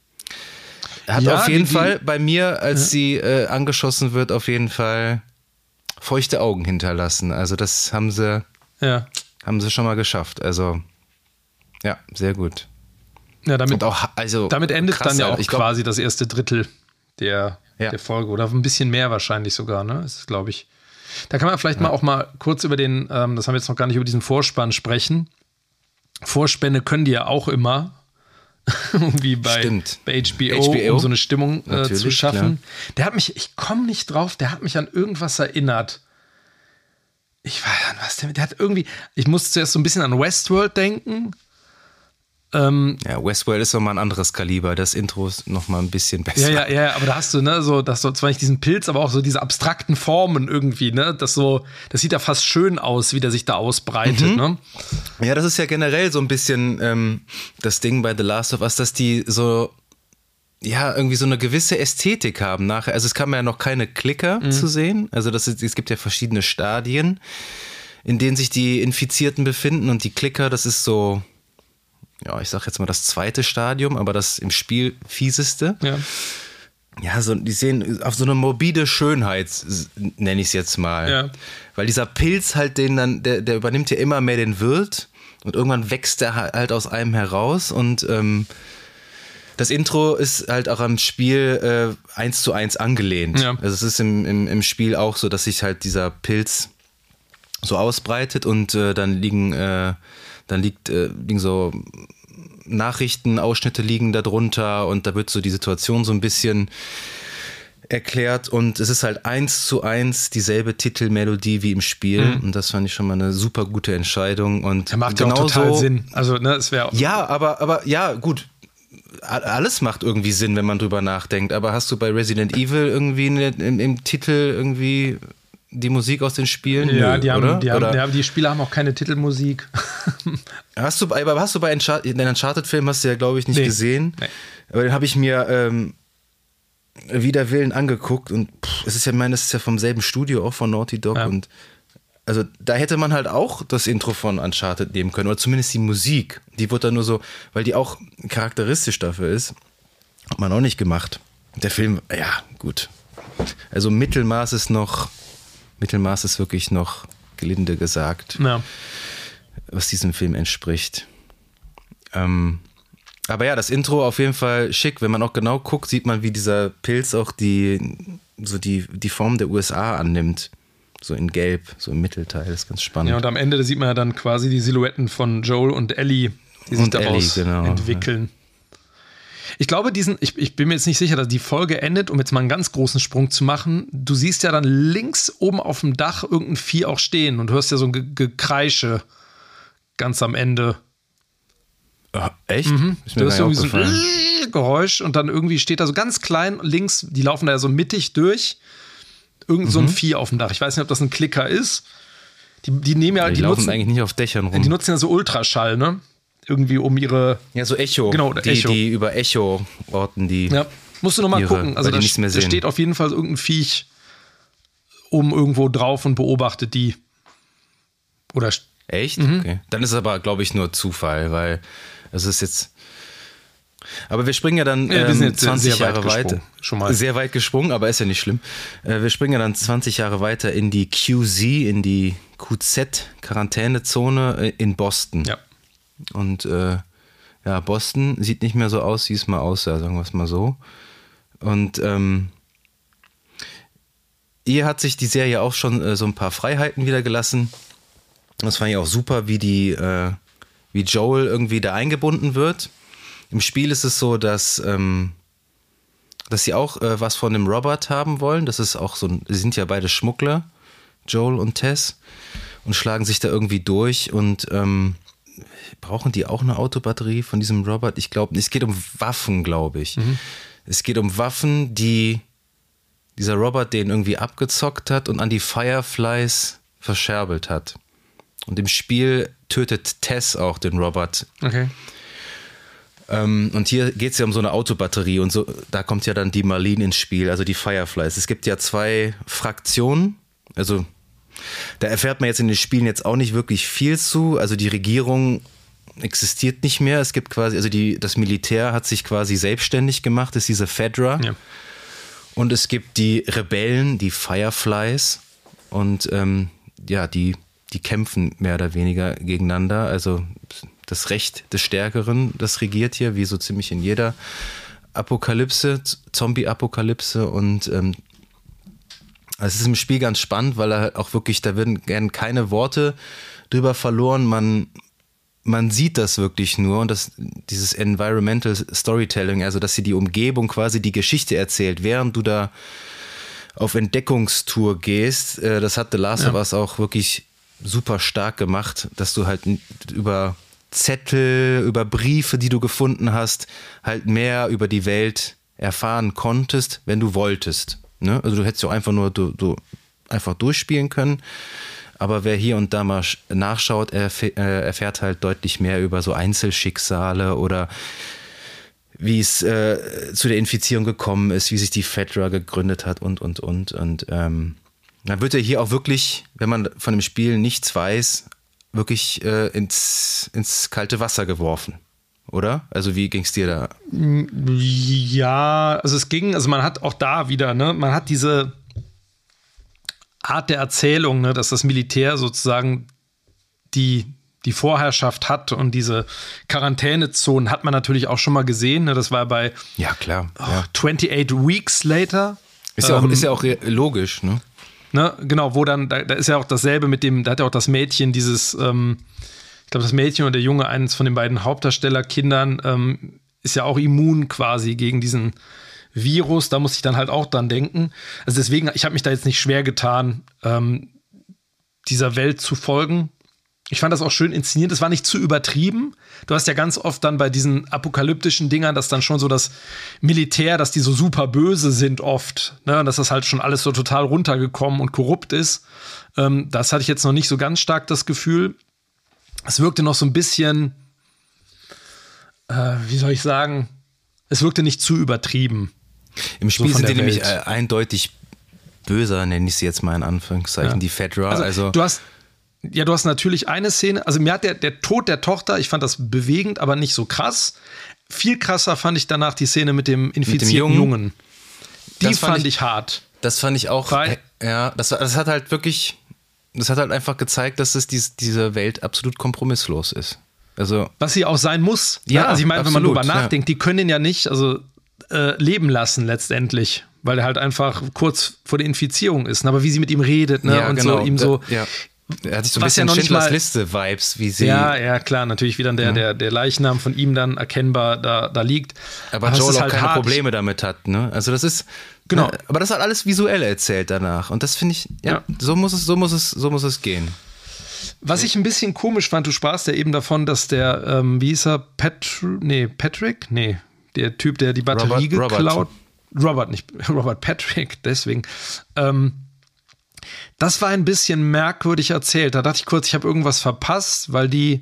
hat ja, auf jeden die, Fall bei mir, als ja. sie äh, angeschossen wird, auf jeden Fall feuchte Augen hinterlassen. Also das haben sie, ja. haben sie schon mal geschafft. Also ja, sehr gut. Ja, damit, und auch, also, damit endet krass, dann ja auch ich glaub, quasi das erste Drittel der, ja. der Folge. Oder ein bisschen mehr wahrscheinlich sogar, ne? Das ist, glaube ich. Da kann man vielleicht ja. mal auch mal kurz über den, ähm, das haben wir jetzt noch gar nicht, über diesen Vorspann sprechen. Vorspänne können die ja auch immer, wie bei, bei H B O, H B O, um so eine Stimmung äh, zu schaffen. Klar. Der hat mich, ich komme nicht drauf, der hat mich an irgendwas erinnert. Ich weiß an was, der, der hat irgendwie, ich musste zuerst so ein bisschen an Westworld denken. Ähm, ja, Westworld ist nochmal ein anderes Kaliber, das Intro ist nochmal ein bisschen besser. Ja, ja, ja, aber da hast du, ne, so, das so, zwar nicht diesen Pilz, aber auch so diese abstrakten Formen irgendwie, ne, das so, das sieht ja fast schön aus, wie der sich da ausbreitet, mhm. ne. Ja, das ist ja generell so ein bisschen ähm, das Ding bei The Last of Us, dass die so, ja, irgendwie so eine gewisse Ästhetik haben nachher. Also es kam ja noch keine Klicker mhm. zu sehen, also das ist, es gibt ja verschiedene Stadien, in denen sich die Infizierten befinden und die Klicker, das ist so, ja, ich sag jetzt mal das zweite Stadium, aber das im Spiel fieseste. Ja, ja so, die sehen auf so eine morbide Schönheit, nenne ich es jetzt mal. Ja. Weil dieser Pilz halt den dann, der, der übernimmt ja immer mehr den Wirt und irgendwann wächst der halt aus einem heraus und ähm, das Intro ist halt auch am Spiel äh, eins zu eins angelehnt. Ja. Also es ist im, im, im Spiel auch so, dass sich halt dieser Pilz so ausbreitet und äh, dann liegen äh, Dann liegt, äh, liegen so Nachrichtenausschnitte liegen da drunter und da wird so die Situation so ein bisschen erklärt und es ist halt eins zu eins dieselbe Titelmelodie wie im Spiel mhm. und das fand ich schon mal eine super gute Entscheidung. Und ja, macht ja auch total so, Sinn. Also, ne, es wäre ja, aber, aber ja, gut. Alles macht irgendwie Sinn, wenn man drüber nachdenkt. Aber hast du bei Resident Evil irgendwie eine, im, im Titel irgendwie die Musik aus den Spielen? Ja, Nö, die, haben, oder? Die, haben, oder? Ja, die Spiele haben auch keine Titelmusik. Hast du, aber hast du bei Uncharted, den Uncharted-Film hast du ja, glaube ich, nicht nee. gesehen. Nee. Aber den habe ich mir ähm, wider Willen angeguckt und pff, es ist ja, ich meine, das ist ja vom selben Studio, auch von Naughty Dog. Ja. Und also da hätte man halt auch das Intro von Uncharted nehmen können oder zumindest die Musik. Die wird dann nur so, weil die auch charakteristisch dafür ist, hat man auch nicht gemacht. Der Film, ja, gut. Also Mittelmaß ist noch, Mittelmaß ist wirklich noch gelinde gesagt, ja. was diesem Film entspricht. Ähm, aber ja, das Intro auf jeden Fall schick. Wenn man auch genau guckt, sieht man, wie dieser Pilz auch die, so die, die Form der U S A annimmt. So in Gelb, so im Mittelteil. Das ist ganz spannend. Ja, und am Ende da sieht man ja dann quasi die Silhouetten von Joel und Ellie, die sich und daraus Ellie, genau, entwickeln. Ja. Ich glaube, diesen, ich, ich bin mir jetzt nicht sicher, dass die Folge endet, um jetzt mal einen ganz großen Sprung zu machen. Du siehst ja dann links oben auf dem Dach irgendein Vieh auch stehen und hörst ja so ein Ge- Gekreische ganz am Ende. Ah, echt? Mhm. Ist mir du hörst irgendwie so aufgefallen. ein Geräusch und dann irgendwie steht da so ganz klein links, die laufen da ja so mittig durch, irgend mhm. so ein Vieh auf dem Dach. Ich weiß nicht, ob das ein Klicker ist. Die, die nehmen ja, die, die laufen nutzen, eigentlich nicht auf Dächern rum. Die nutzen ja so Ultraschall, ne? Irgendwie um ihre... Ja, so Echo. Genau, die, Echo. Die über Echo orten die... Ja, musst du noch mal ihre, gucken. Also da, da steht auf jeden Fall irgendein Viech oben irgendwo drauf und beobachtet die. Oder... Echt? Mhm. Okay. Dann ist es aber, glaube ich, nur Zufall, weil es ist jetzt... Aber wir springen ja dann ja, wir sind jetzt zwanzig sehr Jahre weit weiter. Schon mal. Sehr weit gesprungen, aber ist ja nicht schlimm. Wir springen ja dann zwanzig Jahre weiter in die Q Z, in die Q Z-Quarantänezone in Boston. Ja. Und äh, ja, Boston sieht nicht mehr so aus, wie es mal aussah, sagen wir es mal so. Und ähm, ihr hat sich die Serie auch schon äh, so ein paar Freiheiten wieder gelassen. Das fand ich auch super, wie die, äh, wie Joel irgendwie da eingebunden wird. Im Spiel ist es so, dass, ähm, dass sie auch äh, was von dem Robert haben wollen. Das ist auch so ein, sie sind ja beide Schmuggler, Joel und Tess, und schlagen sich da irgendwie durch und ähm, brauchen die auch eine Autobatterie von diesem Robert? Ich glaube nicht. Es geht um Waffen, glaube ich. Mhm. Es geht um Waffen, die dieser Robert den irgendwie abgezockt hat und an die Fireflies verscherbelt hat. Und im Spiel tötet Tess auch den Robert. Okay. Ähm, und hier geht es ja um so eine Autobatterie und so, da kommt ja dann die Marlene ins Spiel, also die Fireflies. Es gibt ja zwei Fraktionen, also da erfährt man jetzt in den Spielen jetzt auch nicht wirklich viel zu. Also die Regierung existiert nicht mehr. Es gibt quasi, also die, das Militär hat sich quasi selbstständig gemacht, das ist diese Fedra. Ja. Und es gibt die Rebellen, die Fireflies. Und ähm, ja, die, die kämpfen mehr oder weniger gegeneinander. Also das Recht des Stärkeren, das regiert hier, wie so ziemlich in jeder Apokalypse, Zombie-Apokalypse. Und ähm, es ist im Spiel ganz spannend, weil er auch wirklich, da werden gerne keine Worte drüber verloren. Man man sieht das wirklich nur und das, dieses Environmental Storytelling, also dass sie die Umgebung quasi die Geschichte erzählt, während du da auf Entdeckungstour gehst, äh, das hat The Last Ja. of Us auch wirklich super stark gemacht, dass du halt über Zettel, über Briefe, die du gefunden hast, halt mehr über die Welt erfahren konntest, wenn du wolltest. Ne? Also du hättest ja einfach nur du, du einfach durchspielen können, aber wer hier und da mal nachschaut, erf- äh, erfährt halt deutlich mehr über so Einzelschicksale oder wie es äh, zu der Infizierung gekommen ist, wie sich die Fedra gegründet hat und, und, und. Und ähm, dann wird er hier auch wirklich, wenn man von dem Spiel nichts weiß, wirklich äh, ins, ins kalte Wasser geworfen, oder? Also wie ging es dir da? Ja, also es ging, also man hat auch da wieder, ne, man hat diese Art der Erzählung, ne, dass das Militär sozusagen die die Vorherrschaft hat und diese Quarantänezonen hat man natürlich auch schon mal gesehen. Ne? Das war bei Ja, klar. oh, Ja. twenty-eight Weeks Later. Ist ja, ähm, auch, ist ja auch re- logisch, ne? Ne? Genau, wo dann, da, da ist ja auch dasselbe mit dem, da hat ja auch das Mädchen dieses, ähm, ich glaube, das Mädchen und der Junge, eines von den beiden Hauptdarstellerkindern, ähm, ist ja auch immun quasi gegen diesen Virus. Da muss ich dann halt auch dran denken. Also deswegen, ich habe mich da jetzt nicht schwer getan, ähm, dieser Welt zu folgen. Ich fand das auch schön inszeniert. Es war nicht zu übertrieben. Du hast ja ganz oft dann bei diesen apokalyptischen Dingern, dass dann schon so das Militär, dass die so super böse sind oft, ne? Und dass das halt schon alles so total runtergekommen und korrupt ist. Ähm, das hatte ich jetzt noch nicht so ganz stark das Gefühl. Es wirkte noch so ein bisschen, äh, wie soll ich sagen, es wirkte nicht zu übertrieben. Im Spiel So von sind die der nämlich Welt. äh, eindeutig böser, nenne ich sie jetzt mal in Anführungszeichen, Ja. die Fedra. Also, Also, du hast Ja, du hast natürlich eine Szene, also mir hat der, der Tod der Tochter, ich fand das bewegend, aber nicht so krass. Viel krasser fand ich danach die Szene mit dem infizierten Jungen. Jungen. Die Das fand fand, ich- ich hart. das fand ich auch, Weil- äh, ja, das, das hat halt wirklich, das hat halt einfach gezeigt, dass es dies, diese Welt absolut kompromisslos ist. Also, Was sie auch sein muss. Ne? Ja, Also ich meine, wenn man absolut, darüber ja. nachdenkt, die können ihn ja nicht also, äh, leben lassen letztendlich, weil er halt einfach kurz vor der Infizierung ist. Aber wie sie mit ihm redet, ne? ja, und genau. so ihm Da- so. ja. Er hat sich so ein Was ja bisschen noch nicht Schindlers mal- Liste-Vibes, wie sie. Ja, ja, klar, natürlich, wie dann der, der, der Leichnam von ihm dann erkennbar da, da liegt. Aber es Joel ist auch halt keine hart. Probleme damit hat, ne? Also das ist Genau. Ne, aber das hat alles visuell erzählt danach und das finde ich, ja, Ja. so muss es, so muss es, so muss es gehen. Was ich ein bisschen komisch fand, du sprachst ja eben davon, dass der, ähm, wie hieß er, Pat, nee, Patrick? Nee, der Typ, der die Batterie Robert- geklaut. Robert, nicht Robert Patrick, deswegen. Ähm, das war ein bisschen merkwürdig erzählt. Da dachte ich kurz, ich habe irgendwas verpasst, weil die,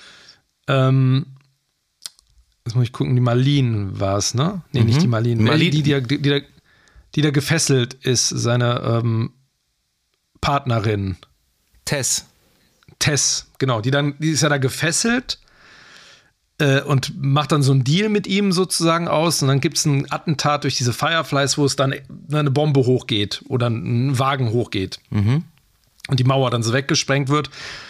ähm, jetzt muss ich gucken, die Marlene war es, ne? Nee, Mhm. nicht die Marlene. Marlene- Die, die, da- die, da- die da gefesselt ist, seine ähm, Partnerin. Tess. Tess, genau, die dann, die ist ja da gefesselt äh, und macht dann so einen Deal mit ihm sozusagen aus und dann gibt es ein Attentat durch diese Fireflies, wo es dann eine Bombe hochgeht oder ein Wagen hochgeht Mhm. und die Mauer dann so weggesprengt wird.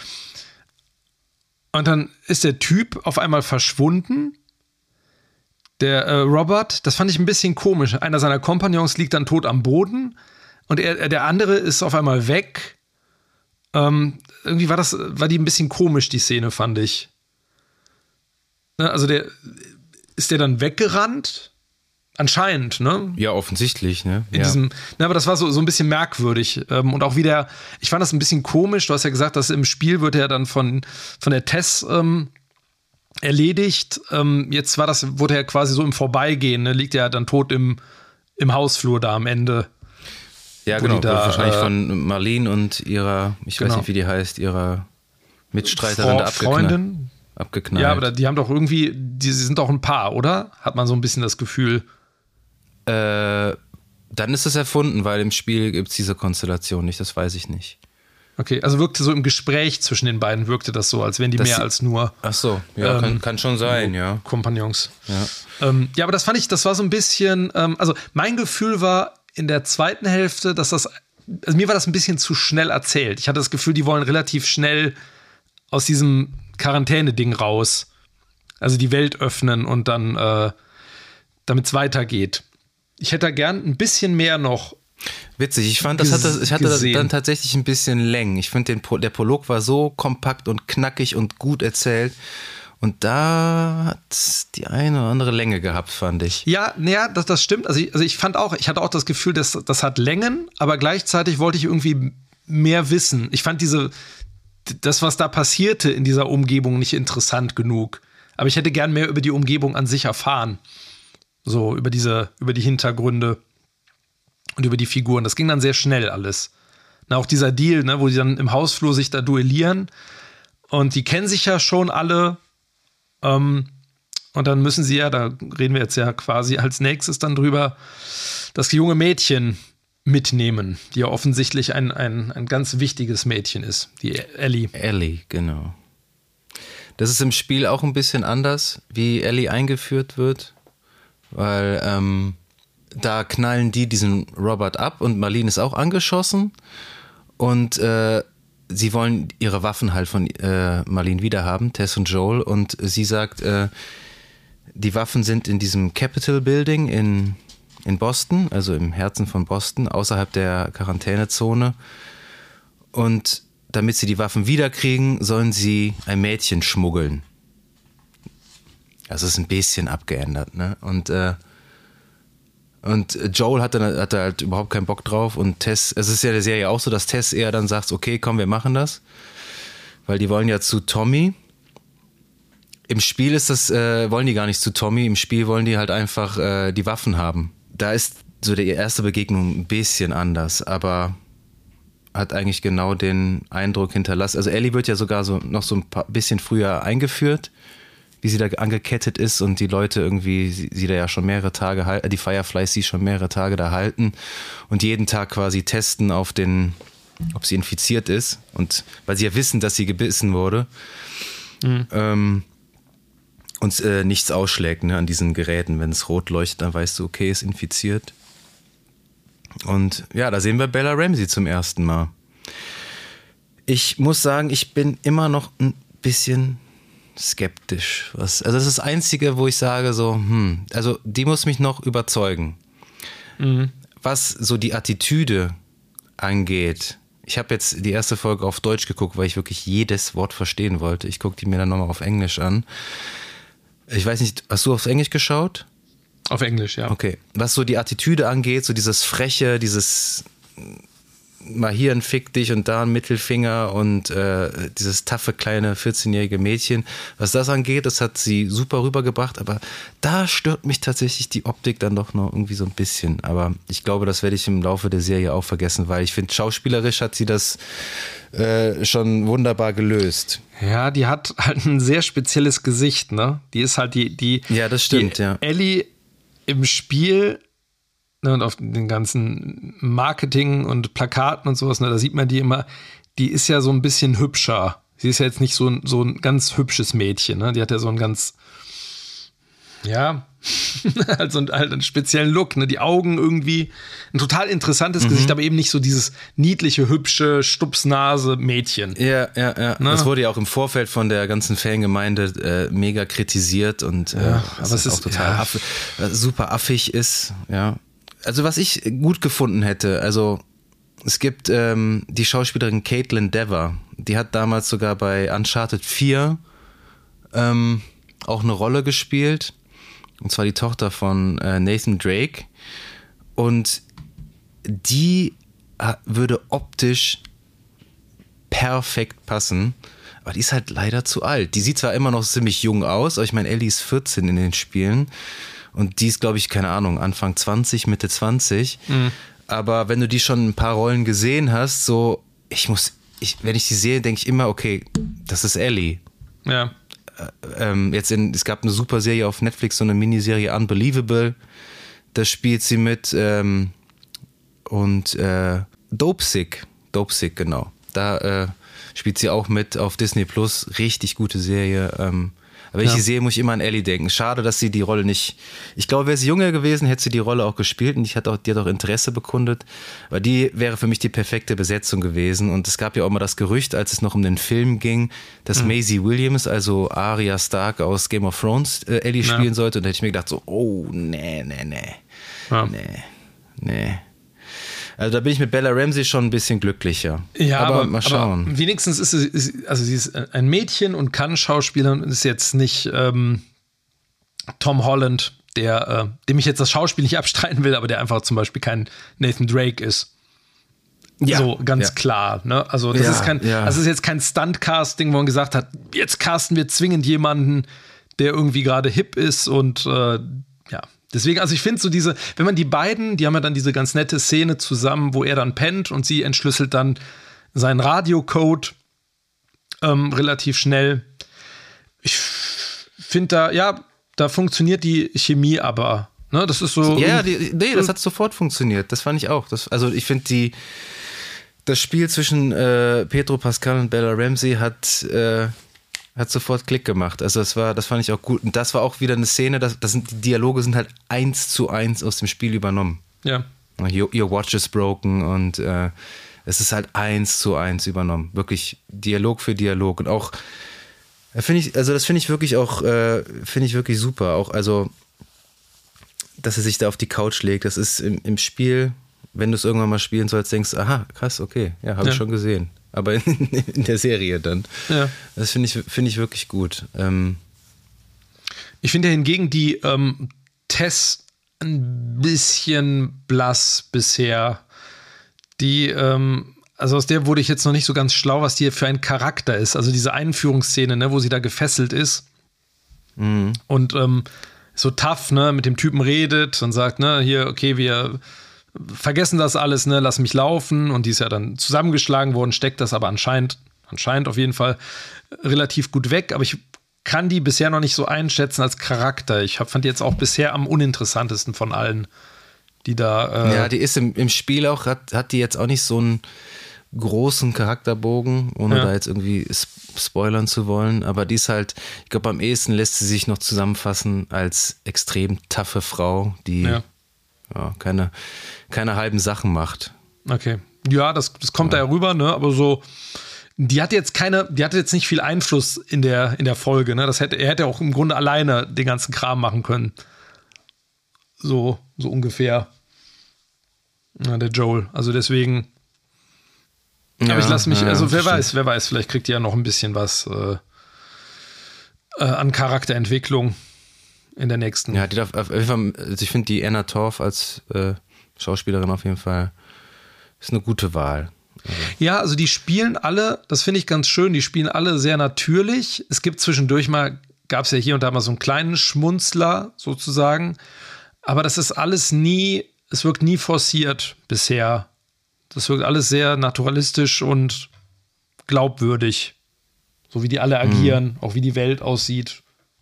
Und dann ist der Typ auf einmal verschwunden. Der äh, Robert, das fand ich ein bisschen komisch. Einer seiner Kompagnons liegt dann tot am Boden und er, der andere ist auf einmal weg. Ähm, irgendwie war das, war die ein bisschen komisch, die Szene, fand ich. Ne, also der, ist der dann weggerannt? Anscheinend, ne? Ja, offensichtlich, ne? In ja. diesem, ne, aber das war so, so ein bisschen merkwürdig. Ähm, und auch wieder, ich fand das ein bisschen komisch. Du hast ja gesagt, dass im Spiel wird er dann von, von der Tess ähm, erledigt. Ähm, jetzt war das, wurde er quasi so im Vorbeigehen, ne? Liegt er dann tot im, im Hausflur da am Ende. Ja, wo genau, die da, wahrscheinlich äh, von Marlene und ihrer, ich Genau. weiß nicht, wie die heißt, ihrer Mitstreiterin Fre- da abgeknallt. Freundin. abgeknallt. Ja, aber da, die haben doch irgendwie, die sind doch ein Paar, oder? Hat man so ein bisschen das Gefühl. äh, dann ist es erfunden, weil im Spiel gibt es diese Konstellation nicht, das weiß ich nicht. Okay, also wirkte so im Gespräch zwischen den beiden, wirkte das so, als wären die Das mehr sie- als nur Ach so, ja, Ähm, kann, kann schon sein, ja. Kompagnons. ja. Ähm, ja, aber das fand ich, das war so ein bisschen, ähm, also mein Gefühl war in der zweiten Hälfte, dass das, also mir war das ein bisschen zu schnell erzählt. Ich hatte das Gefühl, die wollen relativ schnell aus diesem Quarantäne-Ding raus. Also die Welt öffnen und dann, äh, damit es weitergeht. Ich hätte da gern ein bisschen mehr noch Witzig, ich fand, das hatte, ich hatte das dann tatsächlich ein bisschen Längen. Ich finde, der Prolog war so kompakt und knackig und gut erzählt. Und da hat die eine oder andere Länge gehabt, fand ich. Ja, ja, das, das stimmt. Also ich, also ich fand auch, ich hatte auch das Gefühl, dass das hat Längen, aber gleichzeitig wollte ich irgendwie mehr wissen. Ich fand diese, das, was da passierte in dieser Umgebung, nicht interessant genug. Aber ich hätte gern mehr über die Umgebung an sich erfahren. So, über diese, über die Hintergründe und über die Figuren. Das ging dann sehr schnell alles. Na, auch dieser Deal, ne, wo die dann im Hausflur sich da duellieren. Und die kennen sich ja schon alle. Ähm, und dann müssen sie ja, da reden wir jetzt ja quasi als nächstes dann drüber, das junge Mädchen mitnehmen, die ja offensichtlich ein, ein, ein ganz wichtiges Mädchen ist, die Ellie. Ellie, genau. Das ist im Spiel auch ein bisschen anders, wie Ellie eingeführt wird, weil ähm, da knallen die diesen Robert ab und Marlene ist auch angeschossen und äh, sie wollen ihre Waffen halt von äh, Marlene wiederhaben, Tess und Joel, und sie sagt, äh, die Waffen sind in diesem Capitol Building in, in Boston, also im Herzen von Boston, außerhalb der Quarantänezone. Und damit sie die Waffen wiederkriegen, sollen sie ein Mädchen schmuggeln. Also ist ein bisschen abgeändert, ne? Und äh, Und Joel hatte, hatte halt überhaupt keinen Bock drauf und Tess, es ist ja der Serie auch so, dass Tess eher dann sagt, okay, komm, wir machen das, weil die wollen ja zu Tommy. Im Spiel ist das, äh, wollen die gar nicht zu Tommy, im Spiel wollen die halt einfach äh, die Waffen haben. Da ist so die erste Begegnung ein bisschen anders, aber hat eigentlich genau den Eindruck hinterlassen. Also Ellie wird ja sogar so noch so ein paar, bisschen früher eingeführt, wie sie da angekettet ist und die Leute irgendwie, sie, sie da ja schon mehrere Tage halten, die Fireflies sie schon mehrere Tage da halten und jeden Tag quasi testen auf den, ob sie infiziert ist und weil sie ja wissen, dass sie gebissen wurde mhm. ähm, und äh, nichts ausschlägt, ne, an diesen Geräten. Wenn es rot leuchtet, dann weißt du, okay, ist infiziert. Und ja, da sehen wir Bella Ramsey zum ersten Mal. Ich muss sagen, ich bin immer noch ein bisschen skeptisch. Was, also das ist das Einzige, wo ich sage so, hm, also die muss mich noch überzeugen. Mhm. Was so die Attitüde angeht, ich habe jetzt die erste Folge auf Deutsch geguckt, weil ich wirklich jedes Wort verstehen wollte. Ich gucke die mir dann nochmal auf Englisch an. Ich weiß nicht, hast du aufs Englisch geschaut? Auf Englisch, ja. Okay. Was so die Attitüde angeht, so dieses Freche, dieses mal hier ein Fick dich und da ein Mittelfinger und äh, dieses taffe kleine vierzehnjährige Mädchen. Was das angeht, das hat sie super rübergebracht, aber da stört mich tatsächlich die Optik dann doch noch irgendwie so ein bisschen. Aber ich glaube, das werde ich im Laufe der Serie auch vergessen, weil ich finde, schauspielerisch hat sie das äh, schon wunderbar gelöst. Ja, die hat halt ein sehr spezielles Gesicht, ne? Die ist halt die, die Ja, das stimmt, die ja. Ellie im Spiel, ne, und auf den ganzen Marketing und Plakaten und sowas, ne, da sieht man die immer, die ist ja so ein bisschen hübscher. Sie ist ja jetzt nicht so ein, so ein ganz hübsches Mädchen, ne? Die hat ja so einen ganz, ja, halt so einen, halt einen speziellen Look, ne? Die Augen irgendwie, ein total interessantes mhm. Gesicht, aber eben nicht so dieses niedliche, hübsche, Stupsnase-Mädchen. Ja, ja, ja. Ne? Das wurde ja auch im Vorfeld von der ganzen Fangemeinde äh, mega kritisiert und äh, ja, was aber es ist auch total ja. aff, super affig ist, ja. Also was ich gut gefunden hätte, also es gibt ähm, die Schauspielerin Caitlin Dever, die hat damals sogar bei Uncharted vier ähm, auch eine Rolle gespielt, und zwar die Tochter von äh, Nathan Drake, und die äh, würde optisch perfekt passen, aber die ist halt leider zu alt. Die sieht zwar immer noch ziemlich jung aus, aber ich meine, Ellie ist vierzehn in den Spielen. Und die ist, glaube ich, keine Ahnung, Anfang zwanzig, Mitte zwanzig. Mhm. Aber wenn du die schon ein paar Rollen gesehen hast, so, ich muss, ich, wenn ich die sehe, denke ich immer, okay, das ist Ellie. Ja. Äh, ähm, jetzt in, es gab eine super Serie auf Netflix, so eine Miniserie Unbelievable. Da spielt sie mit. Ähm, und äh, Dopesick. Dopesick, genau. Da äh, spielt sie auch mit auf Disney Plus. Richtig gute Serie. Ähm, Aber wenn ja. ich sie sehe, muss ich immer an Ellie denken. Schade, dass sie die Rolle nicht... Ich glaube, wäre sie jünger gewesen, hätte sie die Rolle auch gespielt und ich hatte auch, die hat auch Interesse bekundet. Weil die wäre für mich die perfekte Besetzung gewesen. Und es gab ja auch mal das Gerücht, als es noch um den Film ging, dass mhm. Maisie Williams, also Arya Stark aus Game of Thrones, äh, Ellie ja. spielen sollte. Und da hätte ich mir gedacht so, oh, nee, nee, nee. Ja. Nee, nee. Also da bin ich mit Bella Ramsey schon ein bisschen glücklicher. Ja, aber, aber mal schauen. Aber wenigstens ist sie, ist, also sie ist ein Mädchen und kann Schauspielern und ist jetzt nicht ähm, Tom Holland, der, äh, dem ich jetzt das Schauspiel nicht abstreiten will, aber der einfach zum Beispiel kein Nathan Drake ist. Ja, so ganz ja. klar, ne? Also das ja, ist kein, ja. das ist jetzt kein Stunt-Casting, wo man gesagt hat, jetzt casten wir zwingend jemanden, der irgendwie gerade hip ist und äh, ja, deswegen, also ich finde so diese, wenn man die beiden, die haben ja dann diese ganz nette Szene zusammen, wo er dann pennt und sie entschlüsselt dann seinen Radiocode ähm, relativ schnell. Ich finde da, ja, da funktioniert die Chemie aber, ne? Das ist so. Ja, die, nee, das hat sofort funktioniert. Das fand ich auch. Das, also ich finde die Das Spiel zwischen äh, Pedro Pascal und Bella Ramsey hat, äh, hat sofort Klick gemacht. Also das war, das fand ich auch gut. Und das war auch wieder eine Szene, das, das sind, die Dialoge sind halt eins zu eins aus dem Spiel übernommen. Ja. Your, your watch is broken und äh, es ist halt eins zu eins übernommen. Wirklich Dialog für Dialog. Und auch, finde ich, also das finde ich wirklich auch, äh, finde ich wirklich super. Auch, also, dass er sich da auf die Couch legt, das ist im, im Spiel, wenn du es irgendwann mal spielen sollst, denkst du, aha, krass, okay, ja, habe ja. ich schon gesehen. Aber in, in der Serie dann. Ja. Das finde ich, finde ich wirklich gut. Ähm, ich finde ja hingegen die ähm, Tess ein bisschen blass bisher. Die, ähm, also aus der wurde ich jetzt noch nicht so ganz schlau, was die für ein Charakter ist. Also diese Einführungsszene, ne, wo sie da gefesselt ist. mhm. Und ähm, so tough, ne, mit dem Typen redet und sagt, ne, hier, okay, wir vergessen das alles, ne, lass mich laufen. Und die ist ja dann zusammengeschlagen worden, steckt das aber anscheinend, anscheinend auf jeden Fall relativ gut weg. Aber ich kann die bisher noch nicht so einschätzen als Charakter. Ich hab, fand die jetzt auch bisher am uninteressantesten von allen, die da. Äh ja, die ist im, im Spiel auch, hat, hat die jetzt auch nicht so einen großen Charakterbogen, ohne ja. da jetzt irgendwie spoilern zu wollen. Aber die ist halt, ich glaube, am ehesten lässt sie sich noch zusammenfassen als extrem taffe Frau, die ja. Ja, keine, keine halben Sachen macht. Okay. Ja, das, das kommt ja. da ja rüber, ne? Aber so, die hat jetzt keine, die hatte jetzt nicht viel Einfluss in der, in der Folge, ne? Das hätte, er hätte auch im Grunde alleine den ganzen Kram machen können. So, so ungefähr. Ja, der Joel. Also deswegen. Ja, aber ich lasse mich, ja, also wer stimmt. weiß, wer weiß, vielleicht kriegt die ja noch ein bisschen was äh, äh, an Charakterentwicklung in der nächsten. Ja, die darf, auf jeden Fall, also ich finde die Anna Torv als äh, Schauspielerin auf jeden Fall ist eine gute Wahl. Also. Ja, also die spielen alle, das finde ich ganz schön, die spielen alle sehr natürlich. Es gibt zwischendurch mal, gab es ja hier und da mal so einen kleinen Schmunzler sozusagen, aber das ist alles nie, es wirkt nie forciert bisher. Das wirkt alles sehr naturalistisch und glaubwürdig. So wie die alle agieren, mhm. auch wie die Welt aussieht.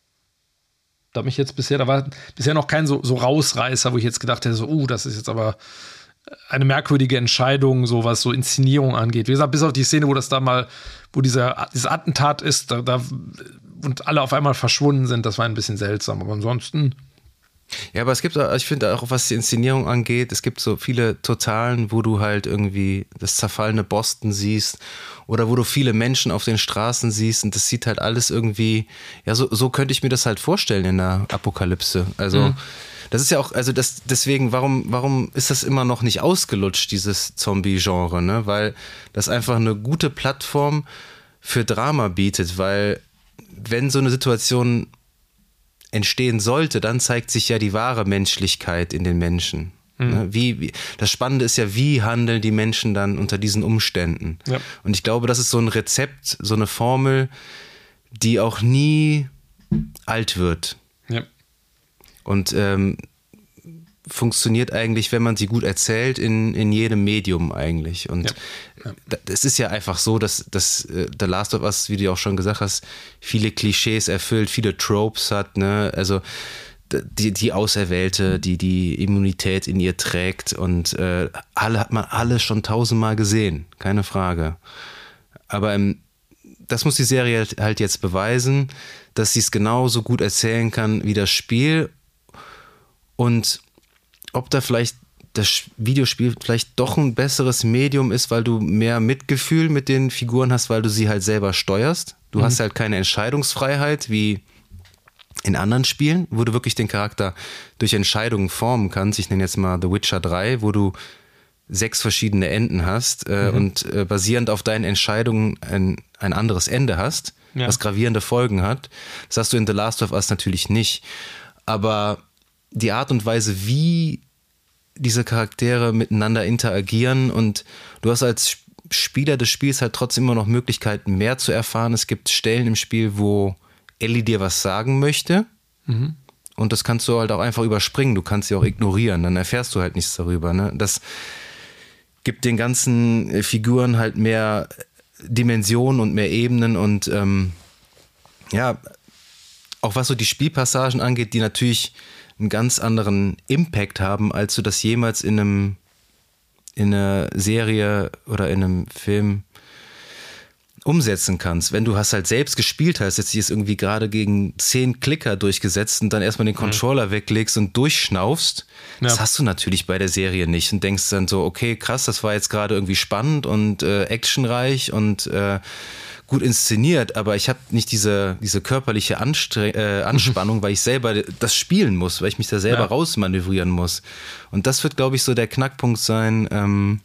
Da hat mich jetzt bisher, da war bisher noch kein so, so Rausreißer, wo ich jetzt gedacht hätte, so, uh, das ist jetzt aber eine merkwürdige Entscheidung, so was so Inszenierung angeht. Wie gesagt, bis auf die Szene, wo das da mal, wo dieser, dieses Attentat ist, da, da und alle auf einmal verschwunden sind, das war ein bisschen seltsam. Aber ansonsten. Ja, aber es gibt, ich finde auch, was die Inszenierung angeht, es gibt so viele Totalen, wo du halt irgendwie das zerfallene Boston siehst oder wo du viele Menschen auf den Straßen siehst und das sieht halt alles irgendwie, ja, so, so könnte ich mir das halt vorstellen in der Apokalypse. Also, mhm. das ist ja auch, also das, deswegen, warum, warum ist das immer noch nicht ausgelutscht, dieses Zombie-Genre, ne? Weil das einfach eine gute Plattform für Drama bietet, weil wenn so eine Situation entstehen sollte, dann zeigt sich ja die wahre Menschlichkeit in den Menschen. Mhm. Wie, wie, das Spannende ist ja, wie handeln die Menschen dann unter diesen Umständen? Ja. Und ich glaube, das ist so ein Rezept, so eine Formel, die auch nie alt wird. Ja. Und ähm, funktioniert eigentlich, wenn man sie gut erzählt, in, in jedem Medium eigentlich. Und ja. Ja. es ist ja einfach so, dass, dass uh, The Last of Us, wie du auch schon gesagt hast, viele Klischees erfüllt, viele Tropes hat, ne? Also die, die Auserwählte, die die Immunität in ihr trägt und äh, alle hat man alle schon tausendmal gesehen, keine Frage. Aber ähm, das muss die Serie halt jetzt beweisen, dass sie es genauso gut erzählen kann wie das Spiel und ob da vielleicht das Videospiel vielleicht doch ein besseres Medium ist, weil du mehr Mitgefühl mit den Figuren hast, weil du sie halt selber steuerst. Du mhm. hast halt keine Entscheidungsfreiheit wie in anderen Spielen, wo du wirklich den Charakter durch Entscheidungen formen kannst. Ich nenne jetzt mal The Witcher drei, wo du sechs verschiedene Enden hast äh, mhm. und äh, basierend auf deinen Entscheidungen ein, ein anderes Ende hast, ja. was gravierende Folgen hat. Das hast du in The Last of Us natürlich nicht. Aber die Art und Weise, wie diese Charaktere miteinander interagieren und du hast als Spieler des Spiels halt trotzdem immer noch Möglichkeiten, mehr zu erfahren. Es gibt Stellen im Spiel, wo Ellie dir was sagen möchte mhm. und das kannst du halt auch einfach überspringen. Du kannst sie auch ignorieren, dann erfährst du halt nichts darüber. Ne? Das gibt den ganzen Figuren halt mehr Dimensionen und mehr Ebenen und ähm, ja, auch was so die Spielpassagen angeht, die natürlich einen ganz anderen Impact haben, als du das jemals in einem in einer Serie oder in einem Film umsetzen kannst. Wenn du hast halt selbst gespielt hast, jetzt ist irgendwie gerade gegen zehn Klicker durchgesetzt und dann erstmal den Controller mhm. weglegst und durchschnaufst, ja. das hast du natürlich bei der Serie nicht und denkst dann so, okay, krass, das war jetzt gerade irgendwie spannend und äh, actionreich und äh, gut inszeniert, aber ich habe nicht diese, diese körperliche Anstre- äh, Anspannung, weil ich selber das spielen muss, weil ich mich da selber ja. rausmanövrieren muss. Und das wird, glaube ich, so der Knackpunkt sein, ähm,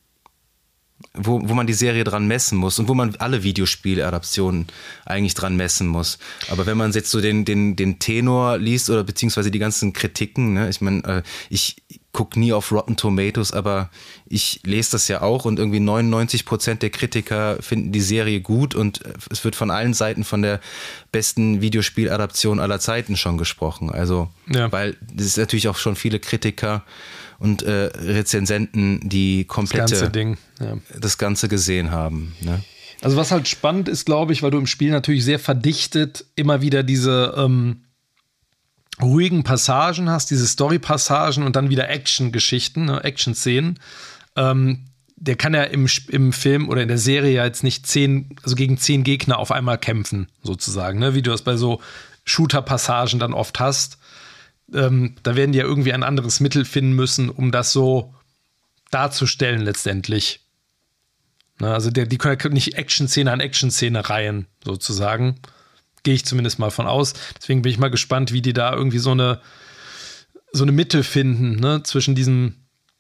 wo, wo man die Serie dran messen muss und wo man alle Videospieladaptionen eigentlich dran messen muss. Aber wenn man jetzt so den, den, den Tenor liest oder beziehungsweise die ganzen Kritiken, ne, ich meine, äh, ich gucke nie auf Rotten Tomatoes, aber ich lese das ja auch und irgendwie neunundneunzig Prozent der Kritiker finden die Serie gut und es wird von allen Seiten von der besten Videospieladaption aller Zeiten schon gesprochen. Also, ja. weil es ist natürlich auch schon viele Kritiker und äh, Rezensenten, die komplette, das ganze Ding, ja. das Ganze gesehen haben. Ne? Also was halt spannend ist, glaube ich, weil du im Spiel natürlich sehr verdichtet immer wieder diese ähm, ruhigen Passagen hast, diese Story-Passagen und dann wieder Action-Geschichten, ne, Action-Szenen. Ähm, der kann ja im, im Film oder in der Serie ja jetzt nicht zehn, also gegen zehn Gegner auf einmal kämpfen, sozusagen, ne, wie du das bei so Shooter-Passagen dann oft hast. Ähm, da werden die ja irgendwie ein anderes Mittel finden müssen, um das so darzustellen letztendlich. Na, also der, die können ja nicht Action-Szene an Action-Szene reihen, sozusagen. Gehe ich zumindest mal von aus. Deswegen bin ich mal gespannt, wie die da irgendwie so eine, so eine Mitte finden, ne, zwischen diesem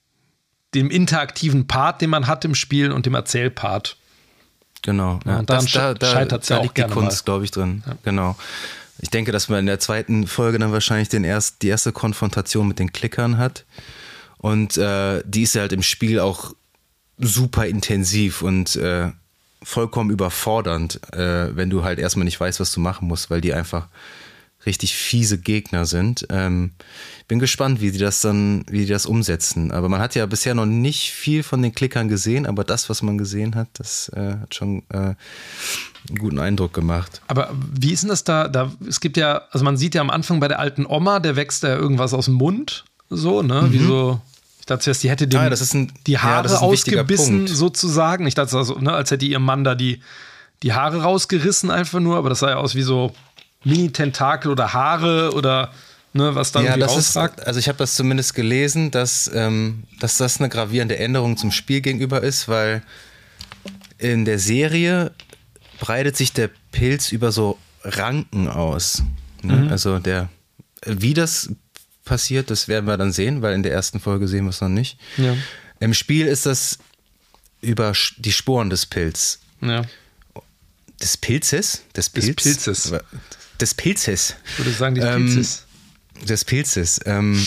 dem interaktiven Part, den man hat im Spiel und dem Erzählpart. Genau. Ja, und daran das, da da, scheitert es ja da auch liegt die gerne Kunst, mal. glaube ich, drin. Ja. Genau. Ich denke, dass man in der zweiten Folge dann wahrscheinlich den erst, die erste Konfrontation mit den Klickern hat. Und äh, die ist ja halt im Spiel auch super intensiv und äh, vollkommen überfordernd, äh, wenn du halt erstmal nicht weißt, was du machen musst, weil die einfach richtig fiese Gegner sind. Ähm, bin gespannt, wie die das dann, wie die das umsetzen. Aber man hat ja bisher noch nicht viel von den Klickern gesehen, aber das, was man gesehen hat, das äh, hat schon äh, einen guten Eindruck gemacht. Aber wie ist denn das da? Da es gibt ja, also man sieht ja am Anfang bei der alten Oma, der wächst ja irgendwas aus dem Mund, so, ne? Mhm. Wie so. Ich dachte zuerst, die hätte dem, ah, das ist ein, die Haare ja, das ist ein ausgebissen, Punkt. sozusagen. Ich dachte, also, ne, als hätte ihrem Mann da die, die Haare rausgerissen, einfach nur, aber das sah ja aus wie so Mini-Tentakel oder Haare oder ne, was da ja, irgendwie das rausragt. Ist, also ich habe das zumindest gelesen, dass, ähm, dass das eine gravierende Änderung zum Spiel gegenüber ist, weil in der Serie breitet sich der Pilz über so Ranken aus. Ne? Mhm. Also der, wie das passiert, das werden wir dann sehen, weil in der ersten Folge sehen wir es noch nicht. Ja. Im Spiel ist das über die Sporen des Pilz. Ja. Des Pilzes? Des, Pilz? des Pilzes. Des Pilzes. Ich würde sagen, des Pilzes. Ähm, des Pilzes. Ähm,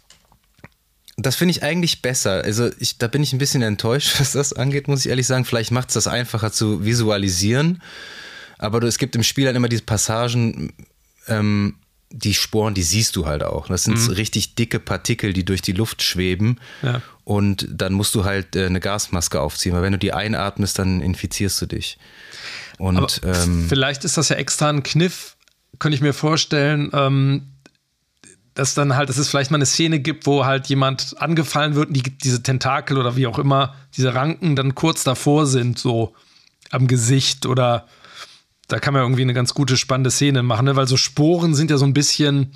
das finde ich eigentlich besser. Also ich, da bin ich ein bisschen enttäuscht, was das angeht, muss ich ehrlich sagen. Vielleicht macht es das einfacher zu visualisieren. Aber du, es gibt im Spiel dann immer diese Passagen, ähm, die Sporen, die siehst du halt auch. Das sind mhm. so richtig dicke Partikel, die durch die Luft schweben. Ja. Und dann musst du halt äh, eine Gasmaske aufziehen, weil wenn du die einatmest, dann infizierst du dich. Und Aber ähm, vielleicht ist das ja extra ein Kniff, könnte ich mir vorstellen, ähm, dass dann halt, dass es vielleicht mal eine Szene gibt, wo halt jemand angefallen wird und die, diese Tentakel oder wie auch immer, diese Ranken dann kurz davor sind, so am Gesicht oder da kann man irgendwie eine ganz gute, spannende Szene machen, ne? Weil so Sporen sind ja so ein bisschen,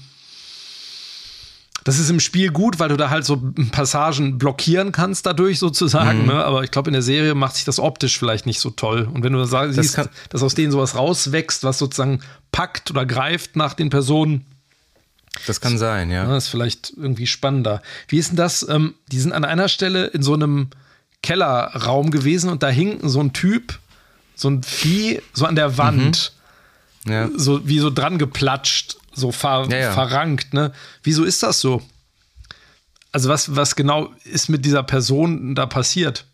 das ist im Spiel gut, weil du da halt so Passagen blockieren kannst dadurch sozusagen, mhm. ne? Aber ich glaube, in der Serie macht sich das optisch vielleicht nicht so toll. Und wenn du da siehst, kann, dass aus denen sowas rauswächst, was sozusagen packt oder greift nach den Personen, Das kann sein, ja. Das ist vielleicht irgendwie spannender. Wie ist denn das? Ähm, die sind an einer Stelle in so einem Kellerraum gewesen und da hing so ein Typ, so ein Vieh, so an der Wand, mhm. ja. so wie so dran geplatscht, so ver, ja, ja. verrankt. Ne? Wieso ist das so? Also was, was genau ist mit dieser Person da passiert?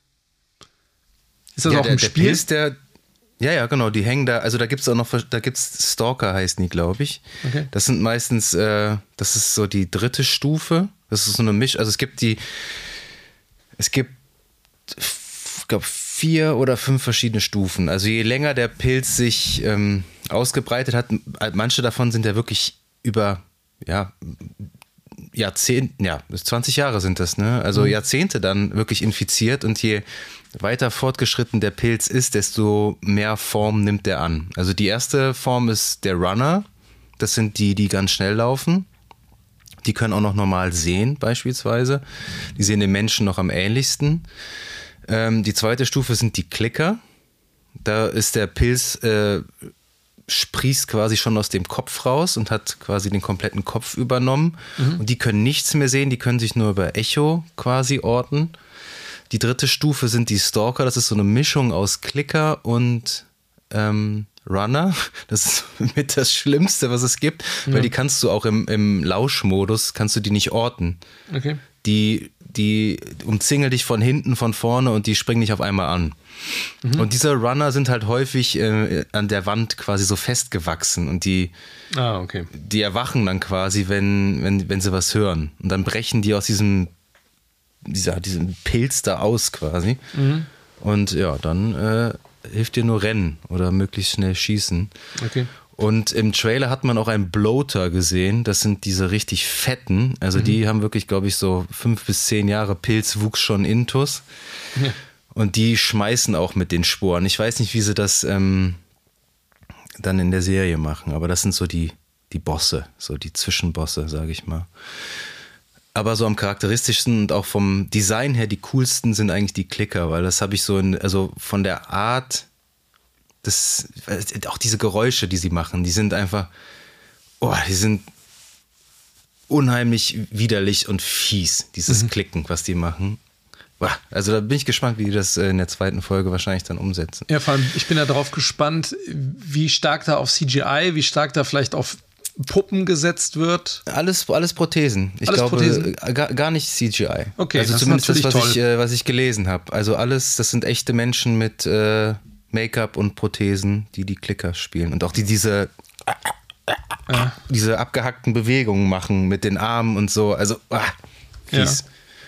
Ist das ja, auch der, im der Spiel? Pilz, der, ja, ja, genau, die hängen da, also da gibt es auch noch, da gibt es Stalker, heißen die, glaube ich. Okay. Das sind meistens, äh, das ist so die dritte Stufe. Das ist so eine Misch, also es gibt die, es gibt, ich glaube, vier oder fünf verschiedene Stufen. Also je länger der Pilz sich ähm, ausgebreitet hat, manche davon sind ja wirklich über, ja, Jahrzehnte, ja, zwanzig Jahre sind das, ne? Also mhm. Jahrzehnte dann wirklich infiziert und je weiter fortgeschritten der Pilz ist, desto mehr Form nimmt er an. Also die erste Form ist der Runner. Das sind die, die ganz schnell laufen. Die können auch noch normal sehen, beispielsweise. Die sehen den Menschen noch am ähnlichsten. Ähm, die zweite Stufe sind die Klicker. Da ist der Pilz, äh, sprießt quasi schon aus dem Kopf raus und hat quasi den kompletten Kopf übernommen. Mhm. Und die können nichts mehr sehen, die können sich nur über Echo quasi orten. Die dritte Stufe sind die Stalker, das ist so eine Mischung aus Klicker und ähm, Runner. Das ist mit das Schlimmste, was es gibt, ja. weil die kannst du auch im, im Lauschmodus, kannst du die nicht orten. Okay. Die, die umzingeln dich von hinten, von vorne und die springen dich auf einmal an. Mhm. Und diese Runner sind halt häufig äh, an der Wand quasi so festgewachsen und die, ah, okay. die erwachen dann quasi, wenn, wenn, wenn sie was hören. Und dann brechen die aus diesem, dieser, diesem Pilz da aus quasi. Mhm. Und ja, dann äh, hilft dir nur Rennen oder möglichst schnell schießen. Okay. Und im Trailer hat man auch einen Bloater gesehen. Das sind diese richtig fetten. Also mhm. die haben wirklich, glaube ich, so fünf bis zehn Jahre Pilzwuchs schon intus. Ja. Und die schmeißen auch mit den Sporen. Ich weiß nicht, wie sie das ähm, dann in der Serie machen, aber das sind so die, die Bosse, so die Zwischenbosse, sage ich mal. Aber so am charakteristischsten und auch vom Design her die coolsten sind eigentlich die Klicker, weil das habe ich so in, also von der Art, das, auch diese Geräusche, die sie machen, die sind einfach, oh, die sind unheimlich widerlich und fies, dieses mhm. Klicken, was die machen. Also da bin ich gespannt, wie die das in der zweiten Folge wahrscheinlich dann umsetzen. Ja, vor allem, ich bin ja darauf gespannt, wie stark da auf C G I, wie stark da vielleicht auf Puppen gesetzt wird. Alles, alles Prothesen. Ich alles glaube, Prothesen? Gar, gar nicht C G I. Okay, also das zumindest ist das, was toll. ich, äh, was ich gelesen habe. Also alles, das sind echte Menschen mit äh, Make-up und Prothesen, die die Klicker spielen. Und auch die diese, ja. diese abgehackten Bewegungen machen mit den Armen und so. Also, ah, fies. Ja.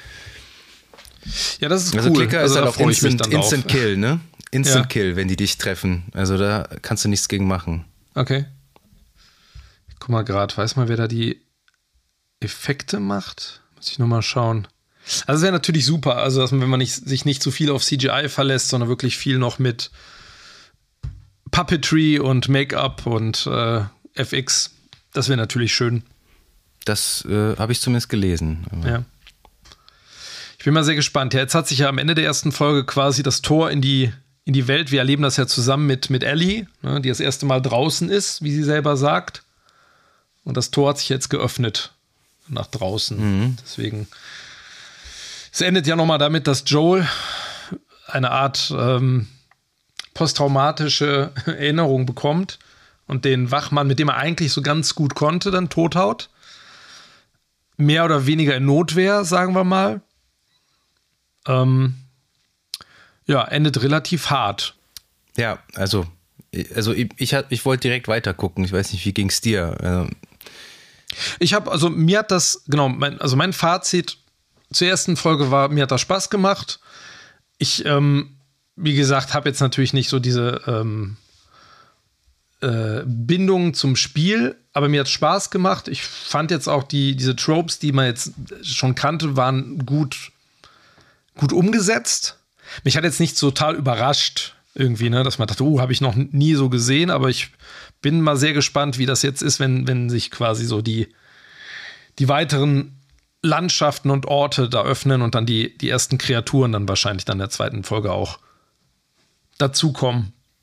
Ja, das ist also cool. Klicker also ist halt auch Instant, Instant drauf. Kill, ne? Instant ja. Kill, wenn die dich treffen. Also da kannst du nichts gegen machen. Okay. Ich guck mal gerade, weiß mal, wer da die Effekte macht? Muss ich nochmal schauen. Also es wäre natürlich super, also dass man, wenn man nicht, sich nicht zu viel auf C G I verlässt, sondern wirklich viel noch mit Puppetry und Make-up und äh, F X. Das wäre natürlich schön. Das äh, habe ich zumindest gelesen. Aber ja. Ich bin mal sehr gespannt. Ja, jetzt hat sich ja am Ende der ersten Folge quasi das Tor in die, in die Welt, wir erleben das ja zusammen mit, mit Ellie, ne, die das erste Mal draußen ist, wie sie selber sagt. Und das Tor hat sich jetzt geöffnet nach draußen. Mhm. Deswegen, es endet ja nochmal damit, dass Joel eine Art ähm, posttraumatische Erinnerung bekommt und den Wachmann, mit dem er eigentlich so ganz gut konnte, dann tothaut. Mehr oder weniger in Notwehr, sagen wir mal. Ähm, ja, endet relativ hart. Ja, also, also ich, ich, ich wollte direkt weiter gucken. Ich weiß nicht, wie ging es dir? Also ich habe, also mir hat das, genau, mein, also mein Fazit zur ersten Folge war, mir hat das Spaß gemacht. Ich, ähm, wie gesagt, habe jetzt natürlich nicht so diese ähm, äh, Bindung zum Spiel, aber mir hat es Spaß gemacht. Ich fand jetzt auch die, diese Tropes, die man jetzt schon kannte, waren gut gut umgesetzt. Mich hat jetzt nicht total überrascht irgendwie, ne, dass man dachte, oh, habe ich noch nie so gesehen, aber ich bin mal sehr gespannt, wie das jetzt ist, wenn, wenn sich quasi so die, die weiteren Landschaften und Orte da öffnen und dann die, die ersten Kreaturen dann wahrscheinlich dann in der zweiten Folge auch dazukommen.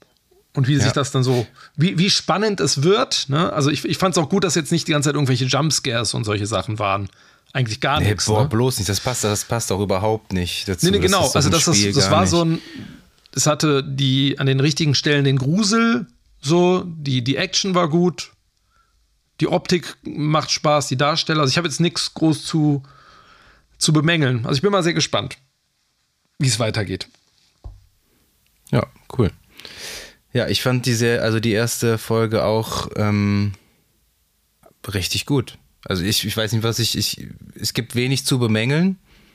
Und wie Ja. sich das dann so, wie, wie spannend es wird. Ne? Also ich, ich fand es auch gut, dass jetzt nicht die ganze Zeit irgendwelche Jumpscares und solche Sachen waren. Eigentlich gar Nee, nichts. boah, Ne? bloß nicht. Das passt, das passt auch überhaupt nicht dazu. Nee, nee, genau. Das ist doch also im das, das, Spiel das gar war nicht. so ein, es hatte die an den richtigen Stellen den Grusel, so, die, die Action war gut, die Optik macht Spaß, die Darsteller. Also ich habe jetzt nichts groß zu, zu bemängeln. Also ich bin mal sehr gespannt, wie es weitergeht. Ja, cool. Ja, ich fand diese, also die erste Folge auch ähm, richtig gut. Also ich, ich weiß nicht, was ich, ich, es gibt wenig zu bemängeln.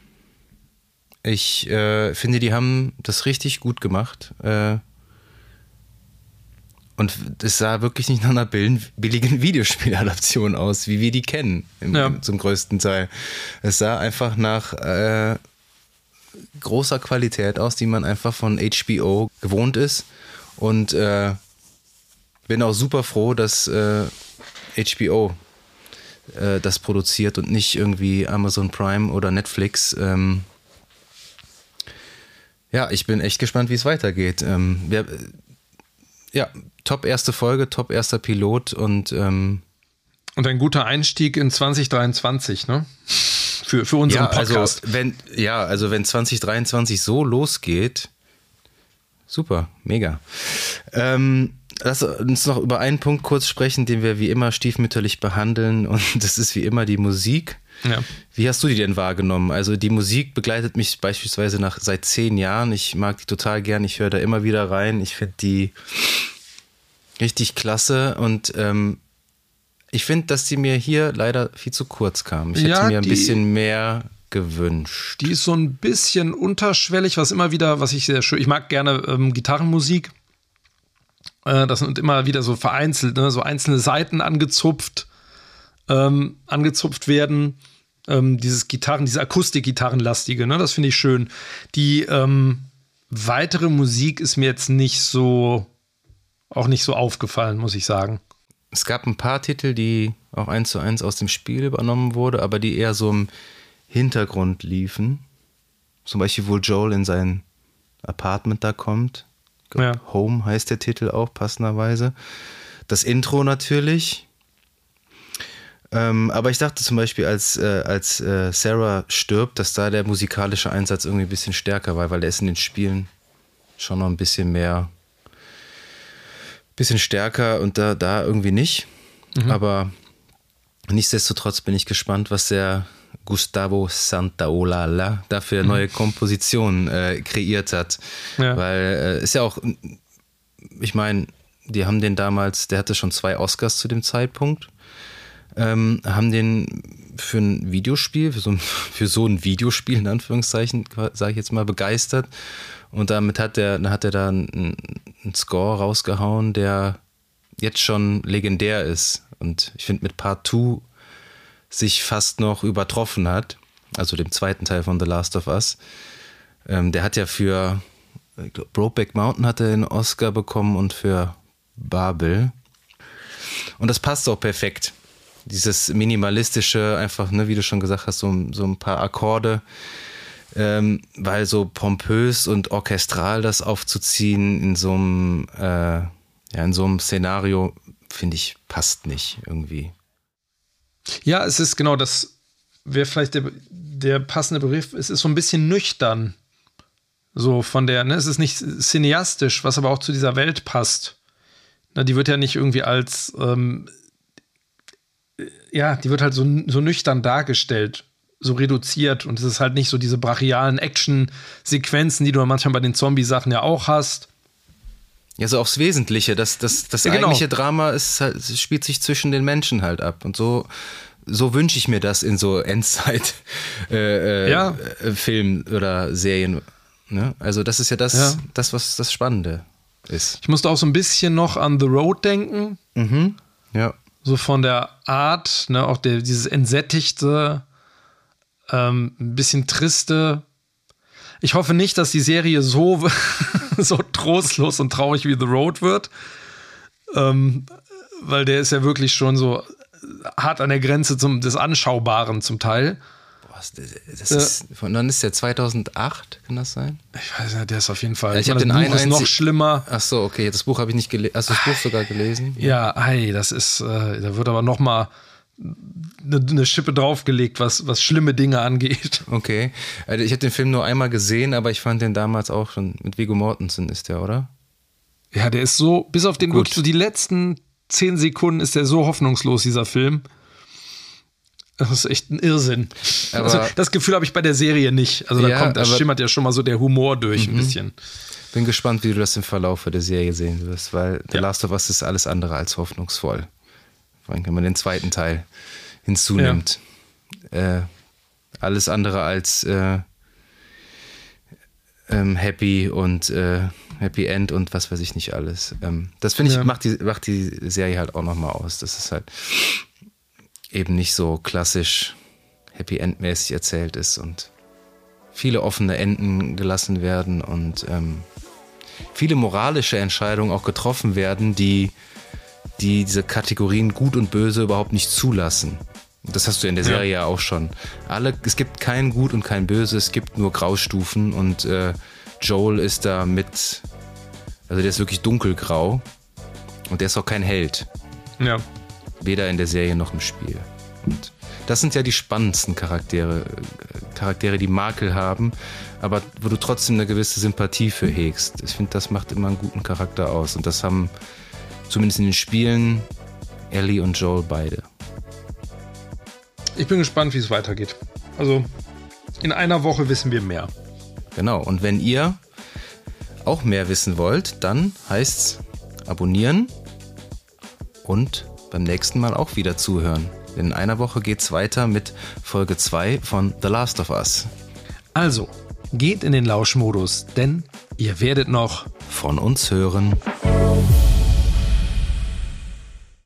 Ich äh, finde, die haben das richtig gut gemacht. Äh, und es sah wirklich nicht nach einer billigen Videospieladaption aus, wie wir die kennen, im, Ja. zum größten Teil. Es sah einfach nach äh, großer Qualität aus, die man einfach von H B O gewohnt ist. Und äh, bin auch super froh, dass äh, H B O äh, das produziert und nicht irgendwie Amazon Prime oder Netflix. Ähm, ja, ich bin echt gespannt, wie es weitergeht. Ähm, wer, ja, top erste Folge, top erster Pilot und ähm, Und ein guter Einstieg in zwanzig dreiundzwanzig, ne? Für, für unseren ja, also Podcast. wenn, ja, also wenn zwanzig dreiundzwanzig so losgeht, super, mega. Ähm, lass uns noch über einen Punkt kurz sprechen, den wir wie immer stiefmütterlich behandeln, und das ist wie immer die Musik. Ja. Wie hast du die denn wahrgenommen? Also die Musik begleitet mich beispielsweise nach seit zehn Jahren. Ich mag die total gern, ich höre da immer wieder rein. Ich finde die richtig klasse und ähm, ich finde, dass die mir hier leider viel zu kurz kam. Ich Ja, hätte mir ein die- bisschen mehr gewünscht. Die ist so ein bisschen unterschwellig, was immer wieder, was ich sehr schön, ich mag gerne ähm, Gitarrenmusik. Äh, das sind immer wieder so vereinzelt, ne, so einzelne Seiten angezupft, ähm, angezupft werden. Ähm, dieses Gitarren, diese Akustik-Gitarrenlastige, ne, das finde ich schön. Die ähm, weitere Musik ist mir jetzt nicht so, auch nicht so aufgefallen, muss ich sagen. Es gab ein paar Titel, die auch eins zu eins aus dem Spiel übernommen wurde, aber die eher so im Hintergrund liefen. Zum Beispiel, wo Joel in sein Apartment da kommt. Ja. Home heißt der Titel auch, passenderweise. Das Intro natürlich. Ähm, aber ich dachte zum Beispiel, als, äh, als äh, Sarah stirbt, dass da der musikalische Einsatz irgendwie ein bisschen stärker war, weil der ist in den Spielen schon noch ein bisschen mehr, bisschen stärker und da, da irgendwie nicht. Mhm. Aber nichtsdestotrotz bin ich gespannt, was der Gustavo Santaolalla da für neue Kompositionen äh, kreiert hat. Ja. Weil äh, ist ja auch, ich meine, die haben den damals, der hatte schon zwei Oscars zu dem Zeitpunkt, ähm, haben den für ein Videospiel, für so ein, für so ein Videospiel in Anführungszeichen, sage ich jetzt mal, begeistert. Und damit hat er hat er da einen, einen Score rausgehauen, der jetzt schon legendär ist. Und ich finde, mit Part zwei sich fast noch übertroffen hat, also dem zweiten Teil von The Last of Us. Ähm, der hat ja für ich glaub, Brokeback Mountain hat er den Oscar bekommen und für Babel. Und das passt auch perfekt. Dieses minimalistische, einfach, ne, wie du schon gesagt hast, so, so ein paar Akkorde, ähm, weil so pompös und orchestral das aufzuziehen in so einem, äh, ja, in so einem Szenario, finde ich, passt nicht irgendwie. Ja, es ist genau, das wäre vielleicht der, der passende Begriff. Es ist so ein bisschen nüchtern. So von der, ne, es ist nicht cineastisch, was aber auch zu dieser Welt passt. Na, die wird ja nicht irgendwie als, ähm, ja, die wird halt so, so nüchtern dargestellt, so reduziert. Und es ist halt nicht so diese brachialen Action-Sequenzen, die du manchmal bei den Zombie-Sachen ja auch hast. Ja, so aufs Wesentliche. Das, das, das ja, genau. eigentliche Drama ist halt, spielt sich zwischen den Menschen halt ab. Und so, so wünsche ich mir das in so Endzeit-Filmen äh, ja. äh, oder Serien. Ne? Also das ist ja das, ja. das, was das Spannende ist. Ich musste auch so ein bisschen noch an The Road denken. Mhm. Ja. So von der Art, ne, auch der, dieses entsättigte, ähm, ein bisschen triste. Ich hoffe nicht, dass die Serie so, so trostlos und traurig wie The Road wird. Ähm, weil der ist ja wirklich schon so hart an der Grenze zum, des Anschaubaren zum Teil. Was, das ist, von wann ist der? zweitausendacht, kann das sein? Ich weiß nicht, der ist auf jeden Fall. Ja, ich habe den Buch einen ist noch einzig- schlimmer. Ach so, okay, das Buch habe ich nicht gelesen. Hast du das Buch sogar gelesen? Ja, hey, das ist, äh, da wird aber noch mal eine, eine Schippe draufgelegt, was, was schlimme Dinge angeht. Okay. Also ich habe den Film nur einmal gesehen, aber ich fand den damals auch schon, mit Viggo Mortensen ist der, oder? Ja, der ist so, bis auf den Gut. wirklich so die letzten zehn Sekunden ist der so hoffnungslos, dieser Film. Das ist echt ein Irrsinn. Aber- also, das Gefühl habe ich bei der Serie nicht. Also da Ja, kommt, da aber- schimmert ja schon mal so der Humor durch Mhm. ein bisschen. Bin gespannt, wie du das im Verlauf der Serie sehen wirst, weil The Ja. Last of Us ist alles andere als hoffnungsvoll. Vor allem, wenn man den zweiten Teil hinzunimmt. Äh, alles andere als äh, ähm, Happy und äh, Happy End und was weiß ich nicht alles. Ähm, das finde ich, Ja. macht, die, macht die Serie halt auch nochmal aus. Das ist halt eben nicht so klassisch Happy End-mäßig erzählt ist und viele offene Enden gelassen werden und ähm, viele moralische Entscheidungen auch getroffen werden, die, die diese Kategorien Gut und Böse überhaupt nicht zulassen. Das hast du in der Serie ja, auch schon. Alle, es gibt kein Gut und kein Böse, es gibt nur Graustufen und äh, Joel ist da mit, also der ist wirklich dunkelgrau und der ist auch kein Held. Ja. Weder in der Serie noch im Spiel. Und das sind ja die spannendsten Charaktere, äh, Charaktere, die Makel haben, aber wo du trotzdem eine gewisse Sympathie für hegst. Ich finde, das macht immer einen guten Charakter aus. Und das haben zumindest in den Spielen Ellie und Joel beide. Ich bin gespannt, wie es weitergeht. Also in einer Woche wissen wir mehr. Genau. Und wenn ihr auch mehr wissen wollt, dann heißt's abonnieren und beim nächsten Mal auch wieder zuhören. Denn in einer Woche geht's weiter mit Folge zwei von The Last of Us. Also, geht in den Lauschmodus, denn ihr werdet noch Von uns hören.